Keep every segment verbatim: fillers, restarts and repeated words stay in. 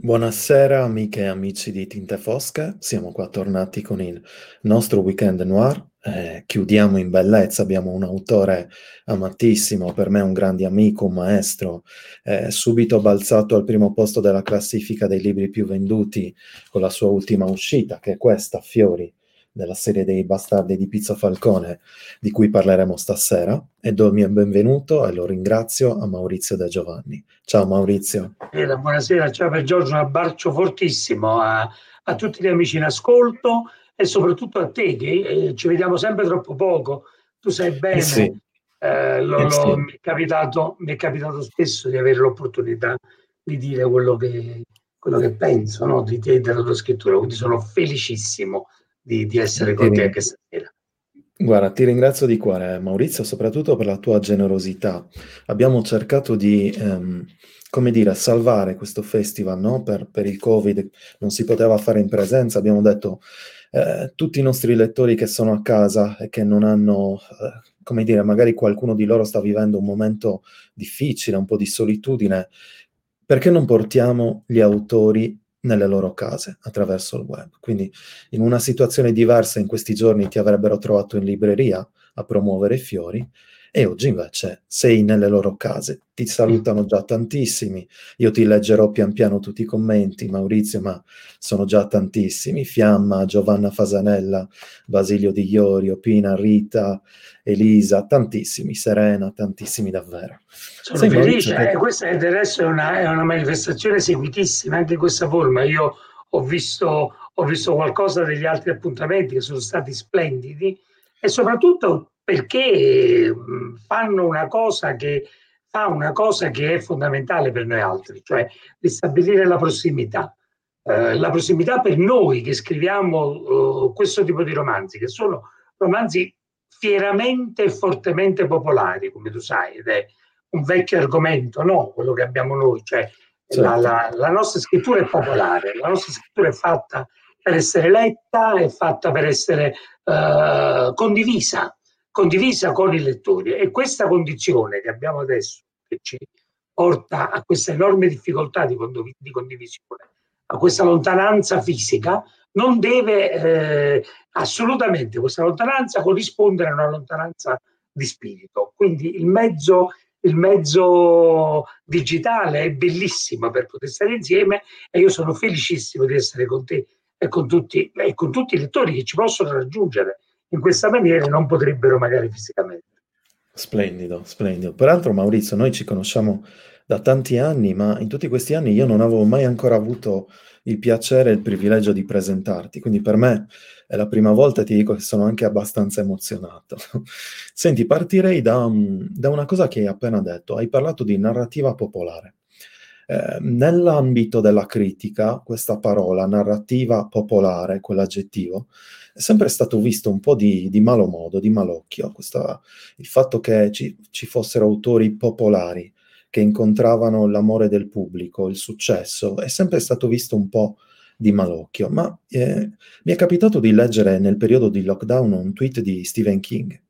Buonasera amiche e amici di Tinte Fosche, siamo qua tornati con il nostro weekend noir, eh, chiudiamo in bellezza, abbiamo un autore amatissimo, per me un grande amico, un maestro, eh, subito balzato al primo posto della classifica dei libri più venduti con la sua ultima uscita, che è questa, Fiori, della serie dei Bastardi di Pizzo Falcone, di cui parleremo stasera, e do il mio benvenuto e lo ringrazio a Maurizio De Giovanni. Ciao Maurizio. Buonasera, buonasera, ciao per Giorgio, un abbraccio fortissimo a, a tutti gli amici in ascolto e soprattutto a te che eh, ci vediamo sempre troppo poco, tu sai Eh sì, bene, eh, lo- eh lo- sì. mi è capitato, mi è capitato spesso di avere l'opportunità di dire quello che, quello che penso, no, di te e della tua scrittura, quindi sono felicissimo di, di essere Ti con te ring- anche stasera. Guarda, ti ringrazio di cuore, Maurizio, soprattutto per la tua generosità. Abbiamo cercato di, ehm, come dire, salvare questo festival, no? Per, per il Covid non si poteva fare in presenza. Abbiamo detto, eh, tutti i nostri lettori che sono a casa e che non hanno, eh, come dire, magari qualcuno di loro sta vivendo un momento difficile, un po' di solitudine, perché non portiamo gli autori nelle loro case attraverso il web? Quindi in una situazione diversa in questi giorni ti avrebbero trovato in libreria a promuovere fiori e oggi invece sei nelle loro case. Ti salutano già tantissimi. Io ti leggerò pian piano tutti i commenti, Maurizio, ma sono già tantissimi. Fiamma, Giovanna Fasanella, Basilio Di Iorio, Pina, Rita, Elisa, tantissimi, Serena, tantissimi davvero. Sono Sai Maurizio felice, che... eh, questa è del resto è una, è una manifestazione seguitissima anche in questa forma. Io ho visto, ho visto qualcosa degli altri appuntamenti che sono stati splendidi e soprattutto perché mh, fanno una cosa che fa una cosa che è fondamentale per noi altri, cioè ristabilire la prossimità. Eh, la prossimità per noi che scriviamo eh, questo tipo di romanzi, che sono romanzi fieramente e fortemente popolari, come tu sai, ed è un vecchio argomento, no? Quello che abbiamo noi, cioè la, Certo. la, la nostra scrittura è popolare, la nostra scrittura è fatta per essere letta, è fatta per essere uh, condivisa, condivisa con i lettori. E questa condizione che abbiamo adesso, che ci porta a questa enorme difficoltà di, condiv- di condivisione, a questa lontananza fisica, non deve eh, assolutamente questa lontananza corrispondere a una lontananza di spirito. Quindi il mezzo, il mezzo digitale è bellissimo per poter stare insieme e io sono felicissimo di essere con te e con tutti, e con tutti i lettori che ci possono raggiungere in questa maniera e non potrebbero magari fisicamente. Splendido, splendido. Peraltro, Maurizio, noi ci conosciamo da tanti anni, ma in tutti questi anni io non avevo mai ancora avuto il piacere e il privilegio di presentarti, quindi per me è la prima volta e ti dico che sono anche abbastanza emozionato. Senti, partirei da, un- da una cosa che hai appena detto. Hai parlato di narrativa popolare. Eh, nell'ambito della critica, questa parola, narrativa popolare, quell'aggettivo, è sempre stato visto un po' di, di malo modo, di malocchio. Questa- il fatto che ci, ci fossero autori popolari che incontravano l'amore del pubblico, il successo, è sempre stato visto un po' di malocchio. Ma eh, mi è capitato di leggere nel periodo di lockdown un tweet di Stephen King,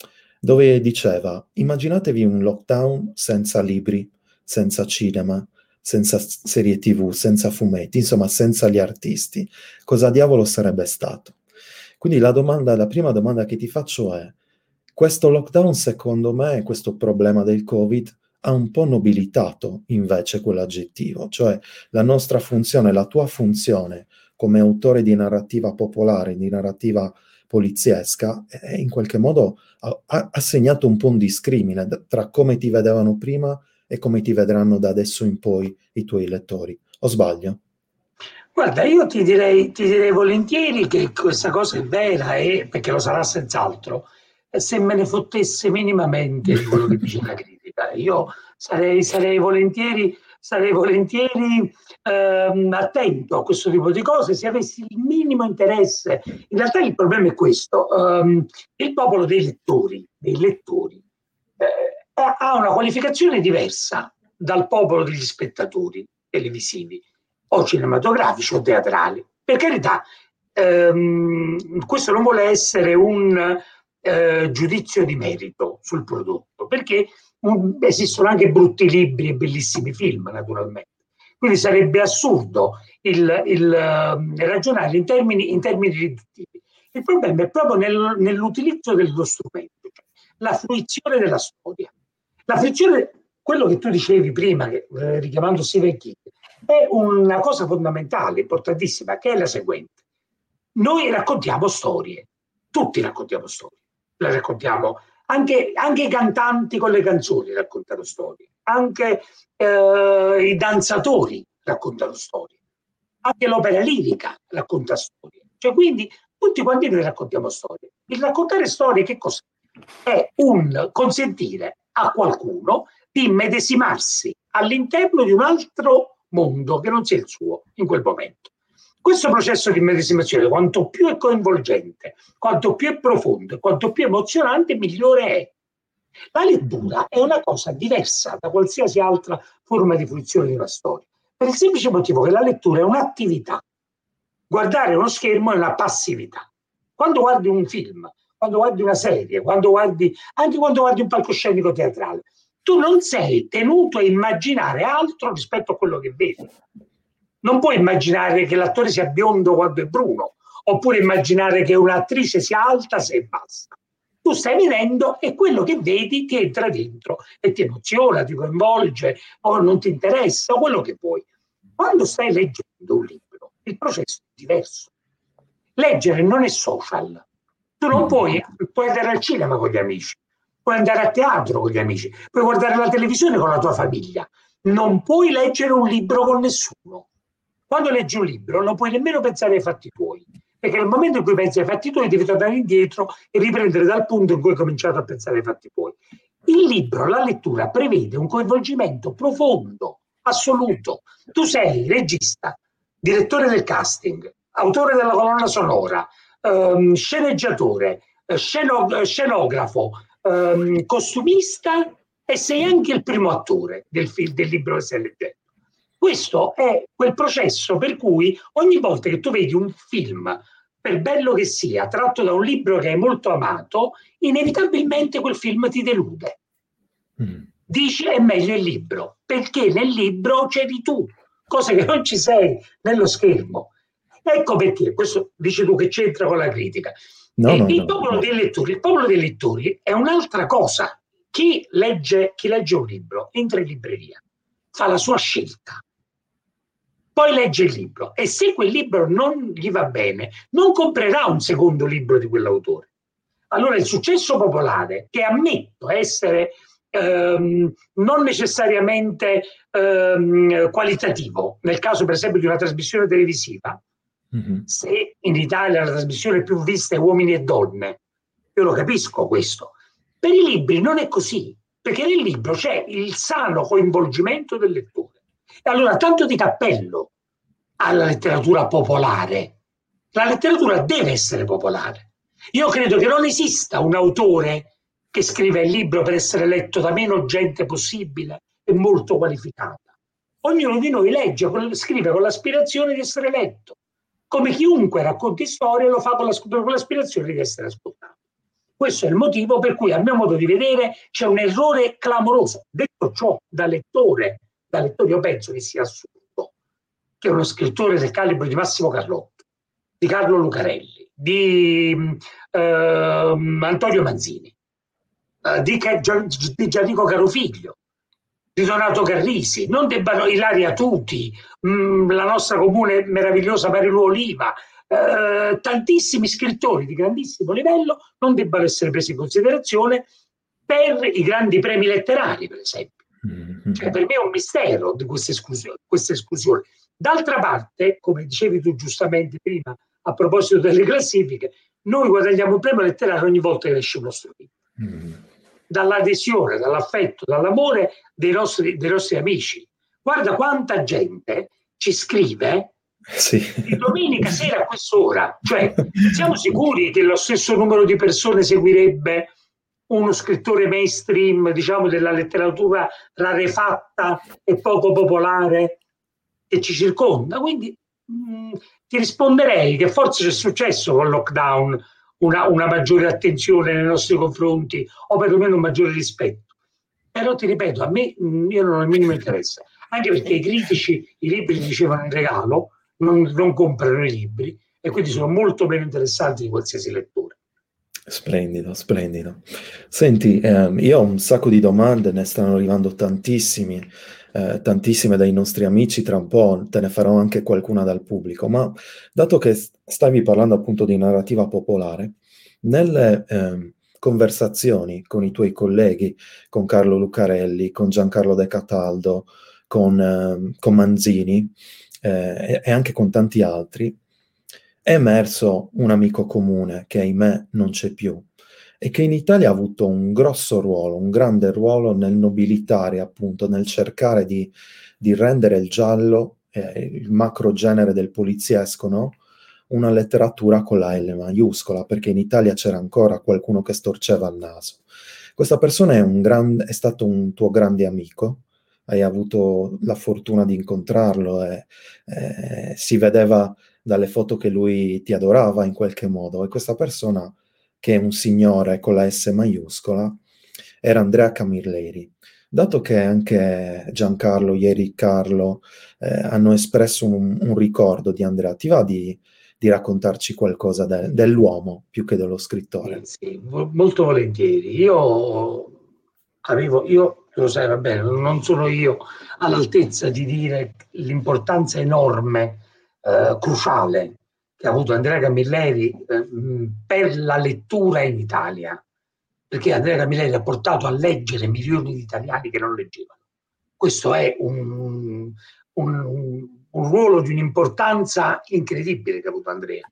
dove diceva: immaginatevi un lockdown senza libri, senza cinema, senza s- serie T V, senza fumetti, insomma senza gli artisti. Cosa diavolo sarebbe stato? Quindi la domanda, la prima domanda che ti faccio è: questo lockdown, secondo me, questo problema del Covid ha un po' nobilitato invece quell'aggettivo, cioè la nostra funzione, la tua funzione come autore di narrativa popolare, di narrativa poliziesca, è in qualche modo ha, ha- ha segnato un po' un discrimine d- tra come ti vedevano prima e come ti vedranno da adesso in poi i tuoi lettori. O sbaglio? Guarda, io ti direi, ti direi volentieri che questa cosa è vera, e, perché lo sarà senz'altro, e se me ne fottesse minimamente di quello che dice la critica. Io sarei, sarei volentieri, sarei volentieri ehm, attento a questo tipo di cose se avessi il minimo interesse. In realtà il problema è questo, ehm, il popolo dei lettori, dei lettori eh, ha una qualificazione diversa dal popolo degli spettatori televisivi o cinematografici o teatrali. Per carità, ehm, questo non vuole essere un eh, giudizio di merito sul prodotto, perché um, esistono anche brutti libri e bellissimi film, naturalmente. Quindi sarebbe assurdo il, il, eh, ragionare in termini, in termini riduttivi. Il problema è proprio nel, nell'utilizzo dello strumento, cioè la fruizione della storia. La fruizione, quello che tu dicevi prima, che, eh, richiamando Stephen King, è una cosa fondamentale, importantissima, che è la seguente. Noi raccontiamo storie, tutti raccontiamo storie, le raccontiamo, anche, anche i cantanti con le canzoni raccontano storie, anche eh, i danzatori raccontano storie, anche l'opera lirica racconta storie. Cioè, quindi tutti quanti noi raccontiamo storie. Il raccontare storie che cos'è? È un consentire a qualcuno di immedesimarsi all'interno di un altro mondo che non sia il suo in quel momento. Questo processo di immedesimazione, quanto più è coinvolgente, quanto più è profondo e quanto più emozionante, migliore è. La lettura è una cosa diversa da qualsiasi altra forma di fruizione di una storia, per il semplice motivo che la lettura è un'attività. Guardare uno schermo è una passività. Quando guardi un film, quando guardi una serie, quando guardi, anche quando guardi un palcoscenico teatrale, tu non sei tenuto a immaginare altro rispetto a quello che vedi. Non puoi immaginare che l'attore sia biondo quando è bruno, oppure immaginare che un'attrice sia alta se è bassa. Tu stai vedendo e quello che vedi ti entra dentro e ti emoziona, ti coinvolge, o non ti interessa, o quello che vuoi. Quando stai leggendo un libro, il processo è diverso. Leggere non è social. Tu non puoi, puoi andare al cinema con gli amici, puoi andare a teatro con gli amici, puoi guardare la televisione con la tua famiglia. Non puoi leggere un libro con nessuno. Quando leggi un libro non puoi nemmeno pensare ai fatti tuoi, perché nel momento in cui pensi ai fatti tuoi devi tornare indietro e riprendere dal punto in cui hai cominciato a pensare ai fatti tuoi. Il libro, la lettura, prevede un coinvolgimento profondo, assoluto. Tu sei regista, direttore del casting, autore della colonna sonora, ehm, sceneggiatore, sceno- scenografo, ehm, costumista e sei anche il primo attore del, film, del libro che stai leggendo. Questo è quel processo per cui ogni volta che tu vedi un film, per bello che sia, tratto da un libro che hai molto amato, inevitabilmente quel film ti delude. Mm. Dici è meglio il libro, perché nel libro c'eri tu, cosa che non ci sei nello schermo. Ecco perché, questo dici tu che c'entra con la critica. No, no, il, no, popolo no. Dei lettori, il popolo dei lettori è un'altra cosa. Chi legge, chi legge un libro entra in libreria, fa la sua scelta, poi legge il libro e se quel libro non gli va bene non comprerà un secondo libro di quell'autore. Allora il successo popolare, che ammetto essere ehm, non necessariamente ehm, qualitativo, nel caso per esempio di una trasmissione televisiva, mm-hmm. se in Italia la trasmissione più vista è Uomini e Donne, io lo capisco questo, per i libri non è così, perché nel libro c'è il sano coinvolgimento del lettore. E allora tanto di cappello alla letteratura popolare. La letteratura deve essere popolare. Io credo che non esista un autore che scrive il libro per essere letto da meno gente possibile e molto qualificata. Ognuno di noi legge, scrive con l'aspirazione di essere letto. Come chiunque racconti storie lo fa con l'aspirazione di essere ascoltato. Questo è il motivo per cui, a mio modo di vedere, c'è un errore clamoroso. Detto ciò, da lettore, da lettore io penso che sia assurdo che uno scrittore del calibro di Massimo Carlotto, di Carlo Lucarelli, di eh, Antonio Manzini, eh, di, di Gianrico Carofiglio, di Donato Carrisi, non debbano Ilaria Tuti, mh, la nostra comune meravigliosa Marilu Oliva, eh, tantissimi scrittori di grandissimo livello non debbano essere presi in considerazione per i grandi premi letterari, per esempio. Mm-hmm. Cioè, per me è un mistero di questa esclusione, questa esclusione. D'altra parte, come dicevi tu giustamente prima, a proposito delle classifiche, noi guadagniamo un premio letterario ogni volta che esce un nostro libro. Mm. Dall'adesione, dall'affetto, dall'amore dei nostri, dei nostri amici. Guarda quanta gente ci scrive sì. Di domenica sera a quest'ora. Cioè, siamo sicuri che lo stesso numero di persone seguirebbe uno scrittore mainstream, diciamo, della letteratura rarefatta e poco popolare che ci circonda? Quindi mh, ti risponderei che forse c'è successo con il lockdown una, una maggiore attenzione nei nostri confronti o perlomeno un maggiore rispetto. Però ti ripeto, a me mh, io non ho il minimo interesse. anche perché i critici i libri li ricevono in regalo, non, non comprano i libri e quindi sono molto meno interessanti di qualsiasi lettore. Splendido, splendido. Senti, ehm, io ho un sacco di domande, ne stanno arrivando tantissimi, eh, tantissime dai nostri amici, tra un po' te ne farò anche qualcuna dal pubblico, ma dato che s- stavi parlando appunto di narrativa popolare, nelle ehm, conversazioni con i tuoi colleghi, con Carlo Lucarelli, con Giancarlo De Cataldo, con, ehm, con Manzini, eh, e e anche con tanti altri, è emerso un amico comune che ahimè non c'è più e che in Italia ha avuto un grosso ruolo, un grande ruolo nel nobilitare, appunto, nel cercare di, di rendere il giallo, eh, il macro genere del poliziesco, no? Una letteratura con la L maiuscola, perché in Italia c'era ancora qualcuno che storceva il naso. Questa persona è, un gran- è stato un tuo grande amico, hai avuto la fortuna di incontrarlo e eh, si vedeva dalle foto che lui ti adorava in qualche modo e questa persona, che è un signore con la S maiuscola, era Andrea Camilleri. Dato che anche Giancarlo, ieri Carlo, eh, hanno espresso un, un ricordo di Andrea, ti va di, di raccontarci qualcosa de- dell'uomo più che dello Sì, scrittore? sì, mo- molto volentieri. Io avevo, io lo sai, va bene, non sono io all'altezza di dire l'importanza enorme, eh, cruciale che ha avuto Andrea Camilleri eh, mh, per la lettura in Italia, perché Andrea Camilleri ha portato a leggere milioni di italiani che non leggevano. Questo è un, un, un ruolo di un'importanza incredibile che ha avuto Andrea.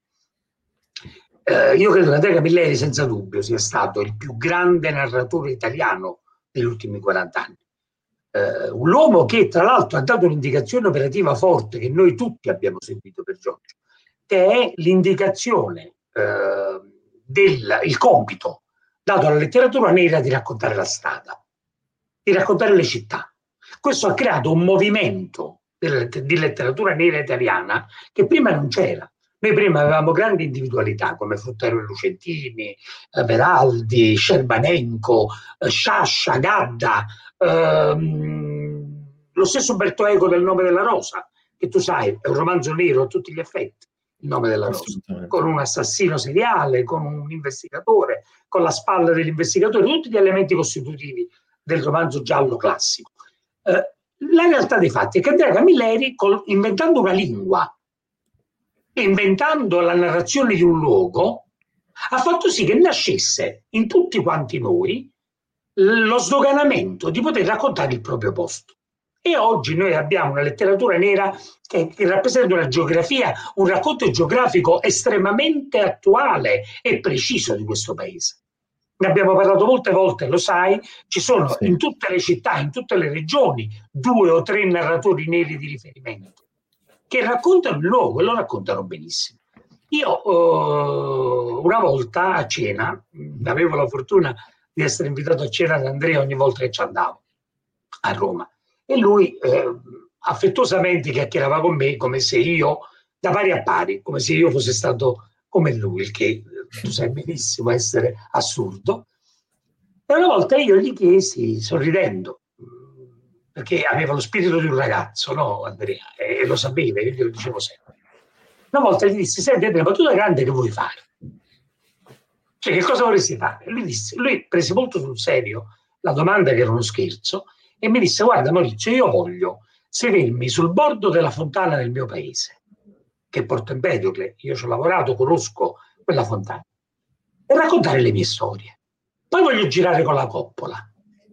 Eh, io credo che Andrea Camilleri, senza dubbio, sia stato il più grande narratore italiano degli ultimi quaranta anni. Eh, un uomo che, tra l'altro, ha dato un'indicazione operativa forte che noi tutti abbiamo seguito per Giorgio, che è l'indicazione, eh, del il compito dato alla letteratura nera di raccontare la strada, di raccontare le città. Questo ha creato un movimento di letteratura nera italiana che prima non c'era. Noi prima avevamo grandi individualità come Fruttero e Lucentini, eh, Veraldi, Scerbanenko, eh, Sciascia, Gadda, ehm, lo stesso Umberto Eco del Nome della Rosa, che tu sai è un romanzo nero a tutti gli effetti, Il Nome della Rosa, Assolutamente. con un assassino seriale, con un investigatore, con la spalla dell'investigatore, tutti gli elementi costitutivi del romanzo giallo classico. Eh, la realtà dei fatti è che Andrea Camilleri, col, inventando una lingua, inventando la narrazione di un luogo, ha fatto sì che nascesse in tutti quanti noi lo sdoganamento di poter raccontare il proprio posto. E oggi noi abbiamo una letteratura nera che, che rappresenta una geografia, un racconto geografico estremamente attuale e preciso di questo paese. Ne abbiamo parlato molte volte, lo sai, ci sono Sì. in tutte le città, in tutte le regioni, due o tre narratori neri di riferimento che raccontano il luogo e lo raccontano benissimo. Io eh, una volta a cena, mh, avevo la fortuna di essere invitato a cena da Andrea ogni volta che ci andavo a Roma e lui eh, affettuosamente chiacchierava con me come se io, da pari a pari, come se io fossi stato come lui, il che eh, tu sai benissimo essere assurdo. E una volta io gli chiesi, sorridendo, perché aveva lo spirito di un ragazzo, no, Andrea, e lo sapeva, io glielo dicevo sempre. Una volta gli dissi, senti Andrea, ma tu da grande che vuoi fare? Cioè, che cosa vorresti fare? Lui, disse, lui prese molto sul serio la domanda, che era uno scherzo, e mi disse, guarda Maurizio, io voglio sedermi sul bordo della fontana del mio paese, che è Porto Empedocle, io ci ho lavorato, conosco quella fontana, e raccontare le mie storie. Poi voglio girare con la coppola.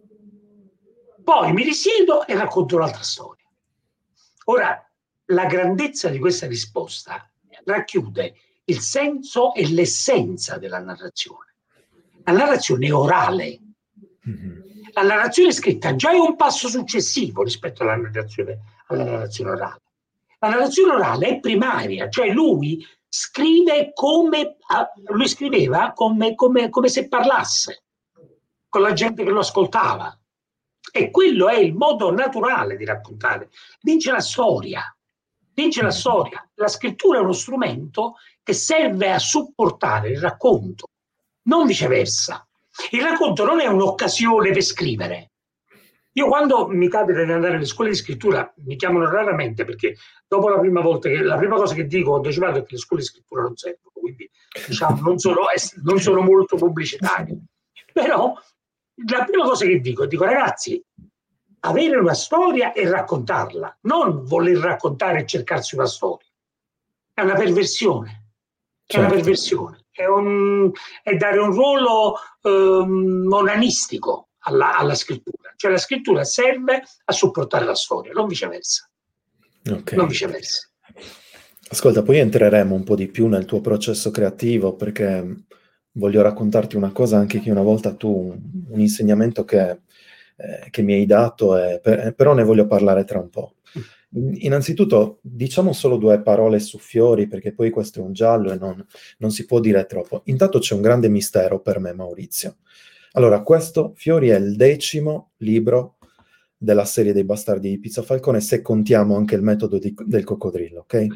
Poi mi risiedo e racconto un'altra storia. Ora, la grandezza di questa risposta racchiude il senso e l'essenza della narrazione. La narrazione è orale. Mhm. La narrazione scritta già è un passo successivo rispetto alla narrazione, alla narrazione orale. La narrazione orale è primaria, cioè lui scrive come lui scriveva come, come, come se parlasse con la gente che lo ascoltava. E quello è il modo naturale di raccontare. Vince la storia. Vince la Mhm. storia. La scrittura è uno strumento che serve a supportare il racconto, non viceversa. Il racconto non è un'occasione per scrivere. Io quando mi capita di andare alle scuole di scrittura mi chiamano raramente, perché dopo la prima volta che la prima cosa che dico quando ci vado è che le scuole di scrittura non servono, quindi diciamo non sono, non sono molto pubblicitario. Però la prima cosa che dico, dico ragazzi, avere una storia e raccontarla, non voler raccontare e cercarsi una storia. È una perversione, è una Certo. perversione, è, un, è dare un ruolo um, onanistico alla, alla scrittura. Cioè la scrittura serve a supportare la storia, non viceversa. Ok. Non viceversa. Ascolta, poi entreremo un po' di più nel tuo processo creativo, perché voglio raccontarti una cosa anche che una volta tu, un insegnamento che, eh, che mi hai dato, e per- però ne voglio parlare tra un po'. Innanzitutto, diciamo solo due parole su Fiori, perché poi questo è un giallo e non, non si può dire troppo. Intanto c'è un grande mistero per me, Maurizio. Allora, questo, Fiori, è il decimo libro della serie dei Bastardi di Pizzo Falcone, se contiamo anche il metodo di- del coccodrillo, ok?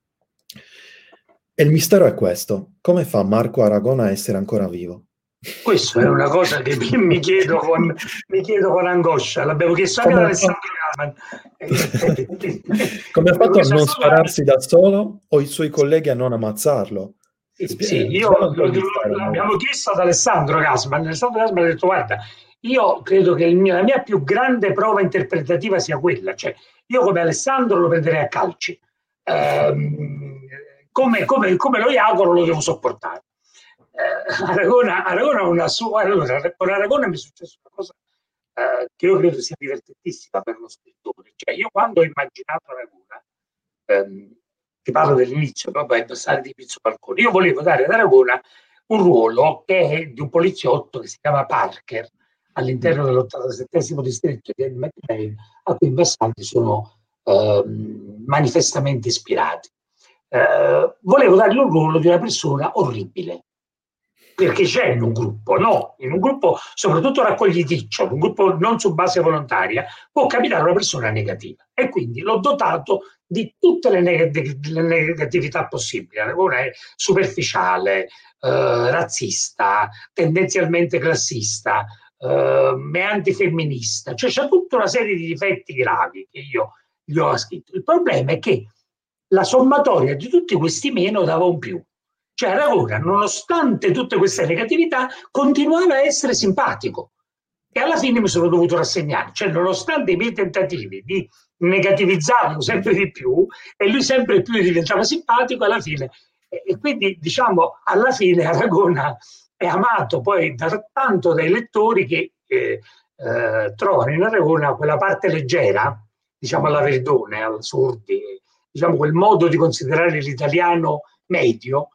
E il mistero è questo: come fa Marco Aragona a essere ancora vivo? Questa è una cosa che mi, mi, chiedo con, mi chiedo con angoscia, l'abbiamo chiesto anche ad Come fa... Alessandro Gasman. Come ha fatto a non Domanda... spararsi da solo o i suoi colleghi a non ammazzarlo? Sì, Spie- sì, svela io un po' lo, il lo, mistero, l'abbiamo Maurizio. chiesto ad Alessandro Gasman. Alessandro Gasman ha detto: guarda, io credo che il mio, la mia più grande prova interpretativa sia quella, cioè io come Alessandro lo prenderei a calci, ehm, come, come, come lo Jacopo lo devo sopportare. Eh, Aragona, Aragona ha una sua. Allora, con Aragona mi è successa una cosa eh, che io credo sia divertentissima per lo scrittore. Cioè, io quando ho immaginato Aragona, ehm, ti parlo dell'inizio, proprio ai passare di Pizzo Falcone, io volevo dare ad Aragona un ruolo che è di un poliziotto che si chiama Parker Mm. all'interno dell'ottantasettesimo distretto di Anne McLean, a cui i Bastardi sono ehm, manifestamente ispirati. Eh, volevo dargli un ruolo di una persona orribile, perché c'è in un gruppo, no? In un gruppo soprattutto raccogliticcio, un gruppo non su base volontaria, può capitare una persona negativa. E quindi l'ho dotato di tutte le, neg- le negatività possibili. Aragona è superficiale, eh, razzista, tendenzialmente classista, eh, è antifemminista, cioè c'è tutta una serie di difetti gravi che io gli ho scritto. Il problema è che la sommatoria di tutti questi meno dava un più. Cioè Aragona, nonostante tutte queste negatività, continuava a essere simpatico. E alla fine mi sono dovuto rassegnare. Cioè, nonostante i miei tentativi di negativizzarlo sempre di più, e lui sempre più diventava simpatico, alla fine. E quindi, diciamo, alla fine Aragona è amato poi da tanto dai lettori che eh, eh, trovano in Aragona quella parte leggera, diciamo alla Verdone, al Sordi, diciamo quel modo di considerare l'italiano medio,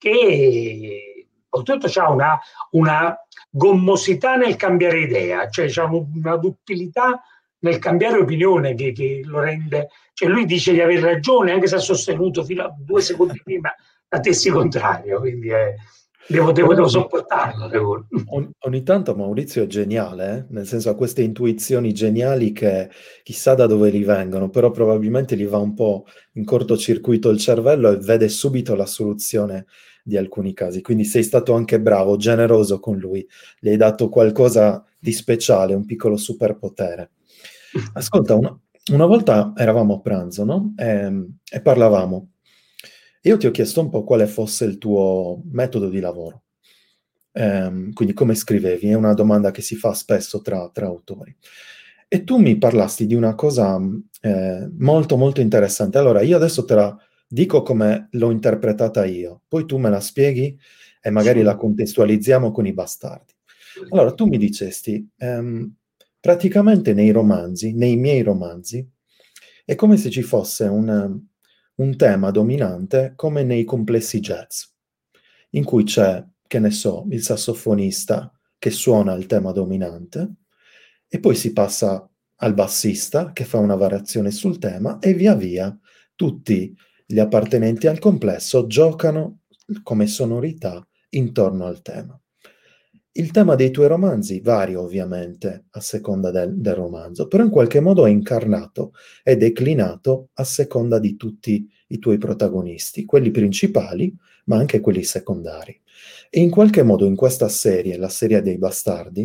che oltretutto ha una, una gommosità nel cambiare idea, cioè c'è una duttilità nel cambiare opinione che, che lo rende, cioè lui dice di aver ragione anche se ha sostenuto fino a due secondi prima la tesi contrario, quindi è, devo, devo, Però devo ogni, sopportarlo. Devo. ogni- ogni tanto Maurizio è geniale, eh? Nel senso ha queste intuizioni geniali che chissà da dove gli vengono, però probabilmente gli va un po' in cortocircuito il cervello e vede subito la soluzione di alcuni casi. Quindi sei stato anche bravo, generoso con lui, gli hai dato qualcosa di speciale, un piccolo superpotere. Ascolta, una, una volta eravamo a pranzo, no? E, e parlavamo. Io ti ho chiesto un po' quale fosse il tuo metodo di lavoro. Ehm, quindi come scrivevi? È una domanda che si fa spesso tra, tra autori. E tu mi parlasti di una cosa mh, eh, molto molto interessante. Allora, io adesso te la dico come l'ho interpretata io, poi tu me la spieghi e magari la contestualizziamo con i bastardi. Allora, tu mi dicesti, ehm, praticamente nei romanzi, nei miei romanzi, è come se ci fosse un, un tema dominante come nei complessi jazz, in cui c'è, che ne so, il sassofonista che suona il tema dominante e poi si passa al bassista che fa una variazione sul tema e via via tutti gli appartenenti al complesso giocano come sonorità intorno al tema. Il tema dei tuoi romanzi varia ovviamente a seconda del, del romanzo, però in qualche modo è incarnato e declinato a seconda di tutti i tuoi protagonisti, quelli principali, ma anche quelli secondari. E in qualche modo in questa serie, la serie dei bastardi,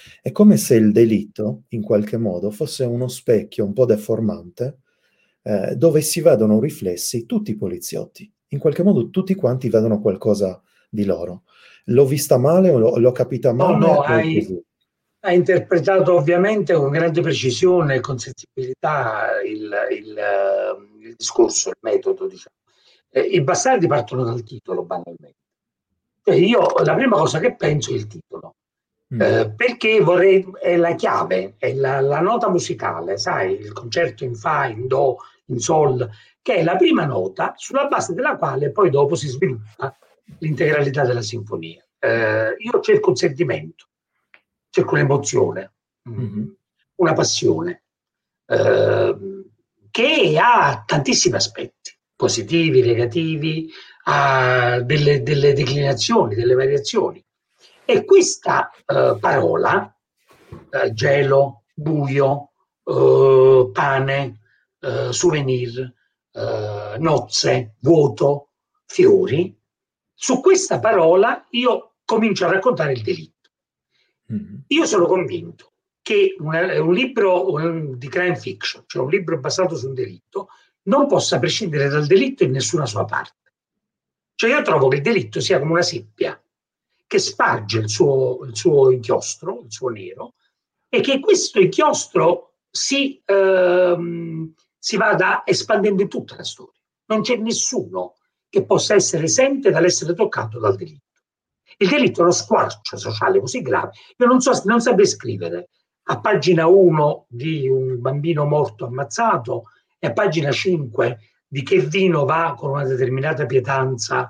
È come se il delitto, in qualche modo, fosse uno specchio un po' deformante, eh, dove si vedono riflessi tutti i poliziotti. In qualche modo tutti quanti vedono qualcosa di loro. L'ho vista male o l'ho, l'ho capita No, male no, o è hai, così? hai interpretato ovviamente con grande precisione e con sensibilità il, il, eh, il discorso, il metodo, diciamo. Eh, I bastardi partono dal titolo, banalmente. Cioè, io la prima cosa che penso è il titolo, Mm. eh, perché vorrei, è la chiave, è la, la nota musicale, sai, il concerto in fa, in do, in sol, che è la prima nota sulla base della quale poi dopo si sviluppa l'integralità della sinfonia. Eh, io cerco un sentimento, cerco un'emozione, Mhm. mh, una passione, eh, che ha tantissimi aspetti, positivi, negativi, ha delle, delle declinazioni, delle variazioni. E questa eh, parola, eh, gelo, buio, eh, pane, eh, souvenir, eh, nozze, vuoto, fiori, su questa parola io comincio a raccontare il delitto. Mhm. Io sono convinto che una, un libro un, di crime fiction, cioè un libro basato su un delitto, non possa prescindere dal delitto in nessuna sua parte. Cioè io trovo che il delitto sia come una seppia che sparge il suo, il suo inchiostro, il suo nero, e che questo inchiostro si, ehm, si vada espandendo in tutta la storia. Non c'è nessuno che possa essere esente dall'essere toccato dal delitto. Il delitto è uno squarcio sociale così grave. Io non, so, non saprei scrivere a pagina uno di un bambino morto ammazzato e a pagina cinque di che vino va con una determinata pietanza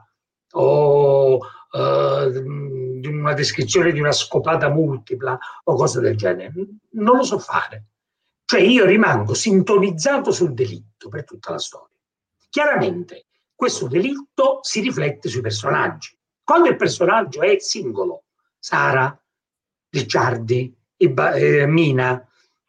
o eh, di una descrizione di una scopata multipla o cose del genere. Non lo so fare. Cioè io rimango sintonizzato sul delitto per tutta la storia. Chiaramente questo delitto si riflette sui personaggi. Quando il personaggio è singolo, Sara, Ricciardi, eh, Mina,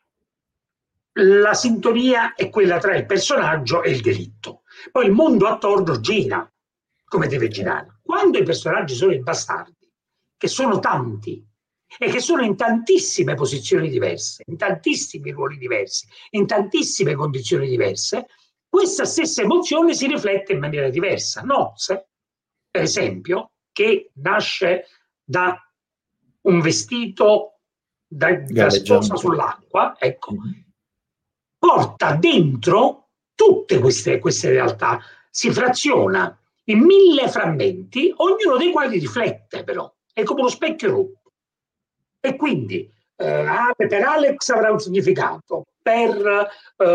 la sintonia è quella tra il personaggio e il delitto. Poi il mondo attorno gira come deve Certo. girare. Quando i personaggi sono i bastardi, che sono tanti e che sono in tantissime posizioni diverse, in tantissimi ruoli diversi, in tantissime condizioni diverse, questa stessa emozione si riflette in maniera diversa. Nozze, per esempio, che nasce da un vestito da, da sposa Galleggiante. sull'acqua, ecco, Mhm. porta dentro tutte queste, queste realtà, si fraziona in mille frammenti, ognuno dei quali riflette però, è come uno specchio rotto. E quindi eh, per Alex avrà un significato, per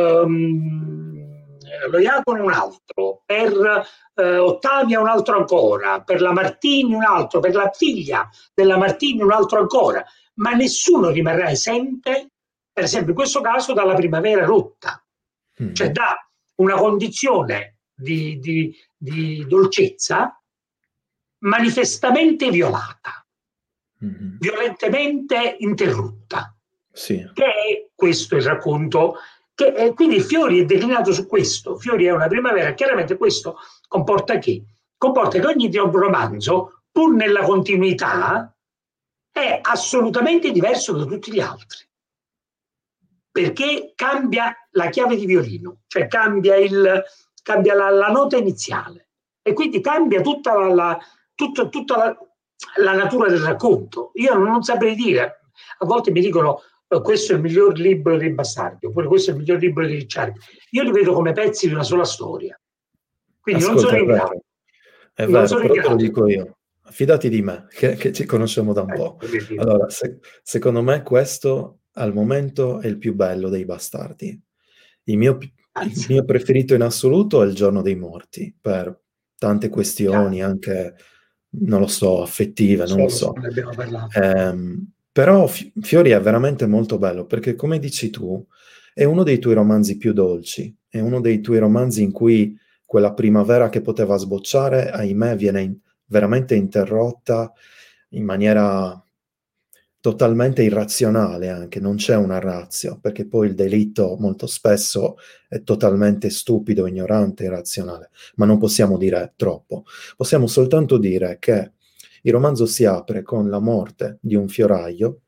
ehm, lo Iacono un altro, per eh, Ottavia un altro ancora, per la Martini un altro, per la figlia della Martini un altro ancora, ma nessuno rimarrà esente, per esempio in questo caso, dalla primavera rotta, cioè Mhm. da una condizione di, di, di dolcezza manifestamente violata, Mhm. violentemente interrotta, Sì. che è questo il racconto. Che è, quindi Fiori è declinato su questo. Fiori è una primavera, chiaramente questo comporta che? Comporta che ogni romanzo, pur nella continuità, è assolutamente diverso da tutti gli altri, perché cambia la chiave di violino, cioè cambia, il, cambia la, la nota iniziale e quindi cambia tutta la, la, tutta, tutta la, la natura del racconto. Io non, non saprei dire, a volte mi dicono eh, questo è il miglior libro dei Bastardi, oppure questo è il miglior libro di Ricciardi. Io li vedo come pezzi di una sola storia, quindi non sono Ascolta, è in grado, vero, è non vero, sono in però te lo grado. dico io. Fidati di me, che, che ci conosciamo da un Eh, po'. Allora, se- secondo me questo al momento è il più bello dei Bastardi. Il mio, il grazie, mio preferito in assoluto è Il giorno dei morti, per tante chiaro, questioni, anche, non lo so, affettive, non lo solo se so. ne abbiamo parlato. Ehm, però Fi- Fiori è veramente molto bello, perché come dici tu, è uno dei tuoi romanzi più dolci, è uno dei tuoi romanzi in cui quella primavera che poteva sbocciare, ahimè, viene in- veramente interrotta in maniera totalmente irrazionale anche, non c'è una ratio, perché poi il delitto molto spesso è totalmente stupido, ignorante, irrazionale, ma non possiamo dire troppo. Possiamo soltanto dire che il romanzo si apre con la morte di un fioraio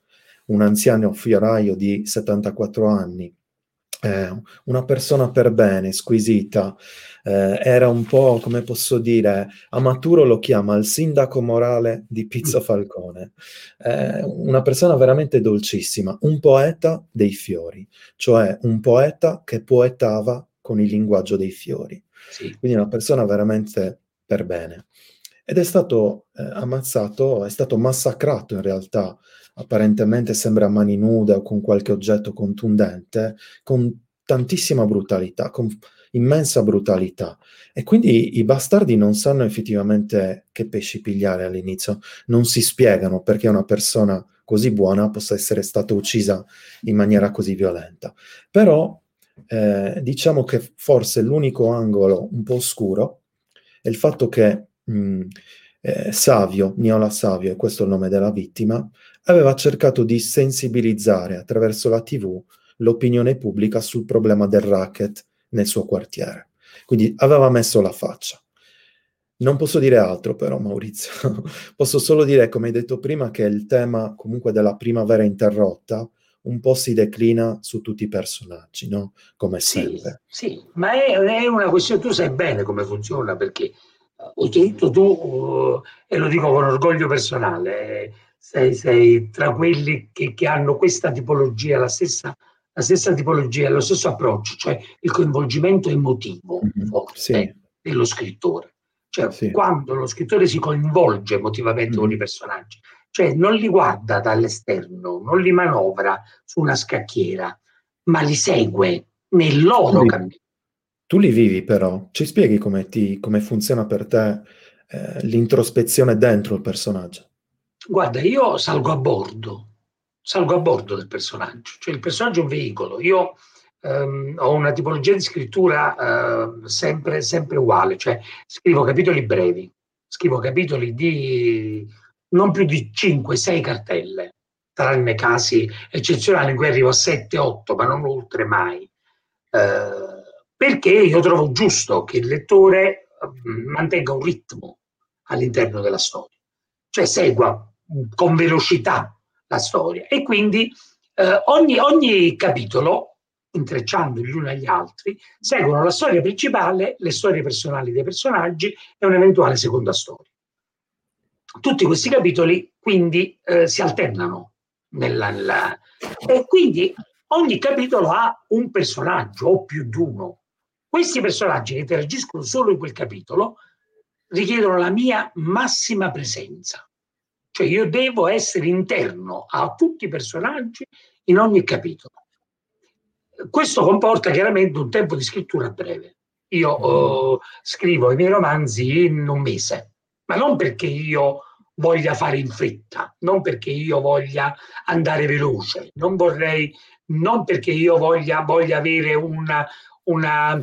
un anziano fioraio di settantaquattro anni, eh, una persona per bene, squisita, eh, era un po', come posso dire, Amaturo lo chiama il sindaco morale di Pizzo Falcone, eh, una persona veramente dolcissima, un poeta dei fiori, cioè un poeta che poetava con il linguaggio dei fiori, Sì. quindi una persona veramente per bene. Ed è stato eh, ammazzato, è stato massacrato in realtà, apparentemente sembra a mani nude o con qualche oggetto contundente, con tantissima brutalità, con immensa brutalità. E quindi i bastardi non sanno effettivamente che pesci pigliare all'inizio, non si spiegano perché una persona così buona possa essere stata uccisa in maniera così violenta. Però eh, diciamo che forse l'unico angolo un po' oscuro è il fatto che mh, eh, Savio, Niola Savio, e questo è il nome della vittima, aveva cercato di sensibilizzare attraverso la tivù l'opinione pubblica sul problema del racket nel suo quartiere. Quindi aveva messo la faccia. Non posso dire altro però, Maurizio. Posso solo dire, come hai detto prima, che il tema comunque della primavera interrotta un po' si declina su tutti i personaggi, no? Come Sì, sempre. sì, ma è, è una questione, tu sai bene come funziona perché eh, oltretutto tu, eh, e lo dico con orgoglio personale, eh, sei, sei tra quelli che, che hanno questa tipologia, la stessa, la stessa tipologia, lo stesso approccio, cioè il coinvolgimento emotivo Mhm. Sì, forte dello scrittore. Cioè, sì. quando lo scrittore si coinvolge emotivamente con i Mhm. personaggi, cioè non li guarda dall'esterno, non li manovra su una scacchiera, ma li segue nel Tu loro li, cammino. tu li vivi però, ci spieghi come, ti, come funziona per te eh, l'introspezione dentro il personaggio? Guarda, io salgo a bordo, salgo a bordo del personaggio, cioè il personaggio è un veicolo. Io ehm, ho una tipologia di scrittura eh, sempre, sempre uguale, cioè scrivo capitoli brevi, scrivo capitoli di non più di cinque sei cartelle, tranne casi eccezionali in cui arrivo a sette otto, ma non oltre mai. Eh, perché io trovo giusto che il lettore eh, mantenga un ritmo all'interno della storia, cioè segua con velocità la storia e quindi eh, ogni, ogni capitolo, intrecciando gli uni agli altri, seguono la storia principale, le storie personali dei personaggi e un'eventuale seconda storia. Tutti questi capitoli quindi eh, si alternano nella, nella, e quindi ogni capitolo ha un personaggio o più di uno. Questi personaggi che interagiscono solo in quel capitolo richiedono la mia massima presenza. Cioè io devo essere interno a tutti i personaggi in ogni capitolo. Questo comporta chiaramente un tempo di scrittura breve. Io eh, scrivo i miei romanzi in un mese, ma non perché io voglia fare in fretta, non perché io voglia andare veloce, non vorrei, non perché io voglia, voglia avere una, una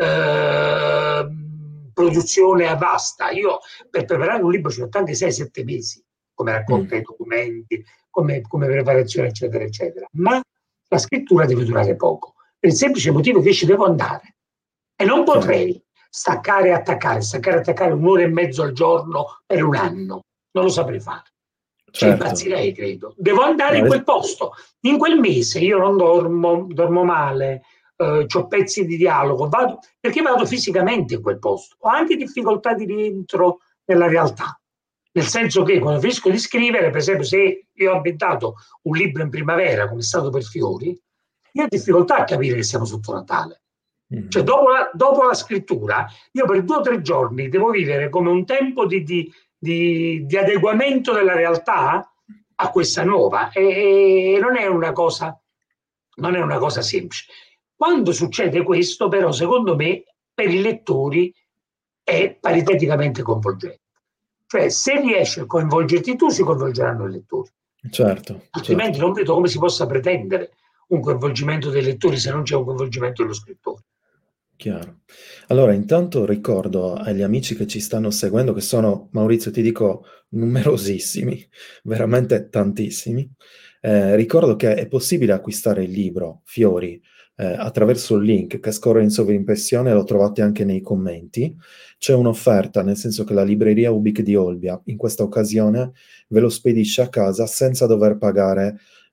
eh, produzione vasta. Io per preparare un libro ci ho anche sei sette mesi, come raccolta Mm, dei documenti, come, come preparazione, eccetera, eccetera. Ma la scrittura deve durare poco, per il semplice motivo che ci devo andare. E non chiaro, potrei staccare e attaccare, staccare e attaccare un'ora e mezzo al giorno per un anno. Non lo saprei fare. Cioè certo. impazzirei, credo. Devo andare No, in es- quel posto. In quel mese io non dormo, dormo male, eh, ho pezzi di dialogo, vado, perché vado fisicamente in quel posto. Ho anche difficoltà di rientro nella realtà. Nel senso che quando finisco di scrivere, per esempio, se io ho ambientato un libro in primavera, come è stato per Fiori, io ho difficoltà a capire che siamo sotto Natale. Cioè, Mhm. dopo la, dopo la scrittura, io per due o tre giorni devo vivere come un tempo di, di, di, di adeguamento della realtà a questa nuova. E, e non è una cosa, non è una cosa semplice. Quando succede questo, però, secondo me, per i lettori è pariteticamente coinvolgente. Cioè, se riesci a coinvolgerti tu, si coinvolgeranno i lettori. Certo, Altrimenti certo. non vedo come si possa pretendere un coinvolgimento dei lettori se non c'è un coinvolgimento dello scrittore. Chiaro. Allora, intanto ricordo agli amici che ci stanno seguendo, che sono, Maurizio, ti dico, numerosissimi, veramente tantissimi. Eh, ricordo che è possibile acquistare il libro Fiori eh, attraverso il link che scorre in sovrimpressione, lo trovate anche nei commenti. C'è un'offerta, nel senso che la libreria Ubic di Olbia in questa occasione ve lo spedisce a casa senza dover pagare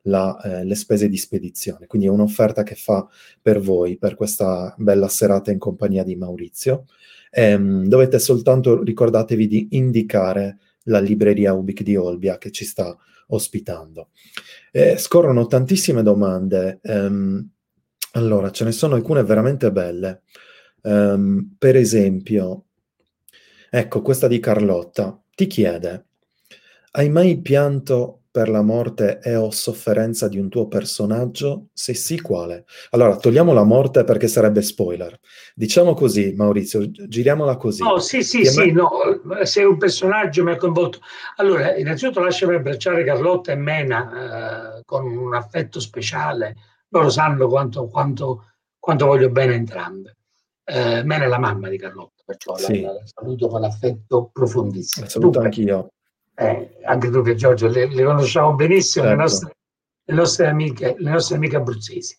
la, eh, le spese di spedizione. Quindi è un'offerta che fa per voi, per questa bella serata in compagnia di Maurizio. Ehm, dovete soltanto, ricordatevi di indicare la libreria Ubik di Olbia che ci sta ospitando. Eh, scorrono tantissime domande. Ehm, allora, ce ne sono alcune veramente belle. Ehm, per esempio, ecco, questa di Carlotta. Ti chiede: hai mai pianto per la morte e o sofferenza di un tuo personaggio? Se sì, quale? Allora, togliamo la morte perché sarebbe spoiler. Diciamo così, Maurizio, gi- giriamola così. No, sì, sì, Ti è mai- sì, no, se un personaggio mi ha coinvolto. Allora, innanzitutto lasciami abbracciare Carlotta e Mena eh, con un affetto speciale. Loro sanno quanto, quanto, quanto voglio bene entrambe. Eh, Mena è la mamma di Carlotta, perciò la, la- Sì, la saluto con affetto la profondissimo. saluto Dunque, anch'io. eh, anche tu che Giorgio, le, le conosciamo benissimo, le Certo. nostre, le nostre amiche, le nostre amiche abruzzesi.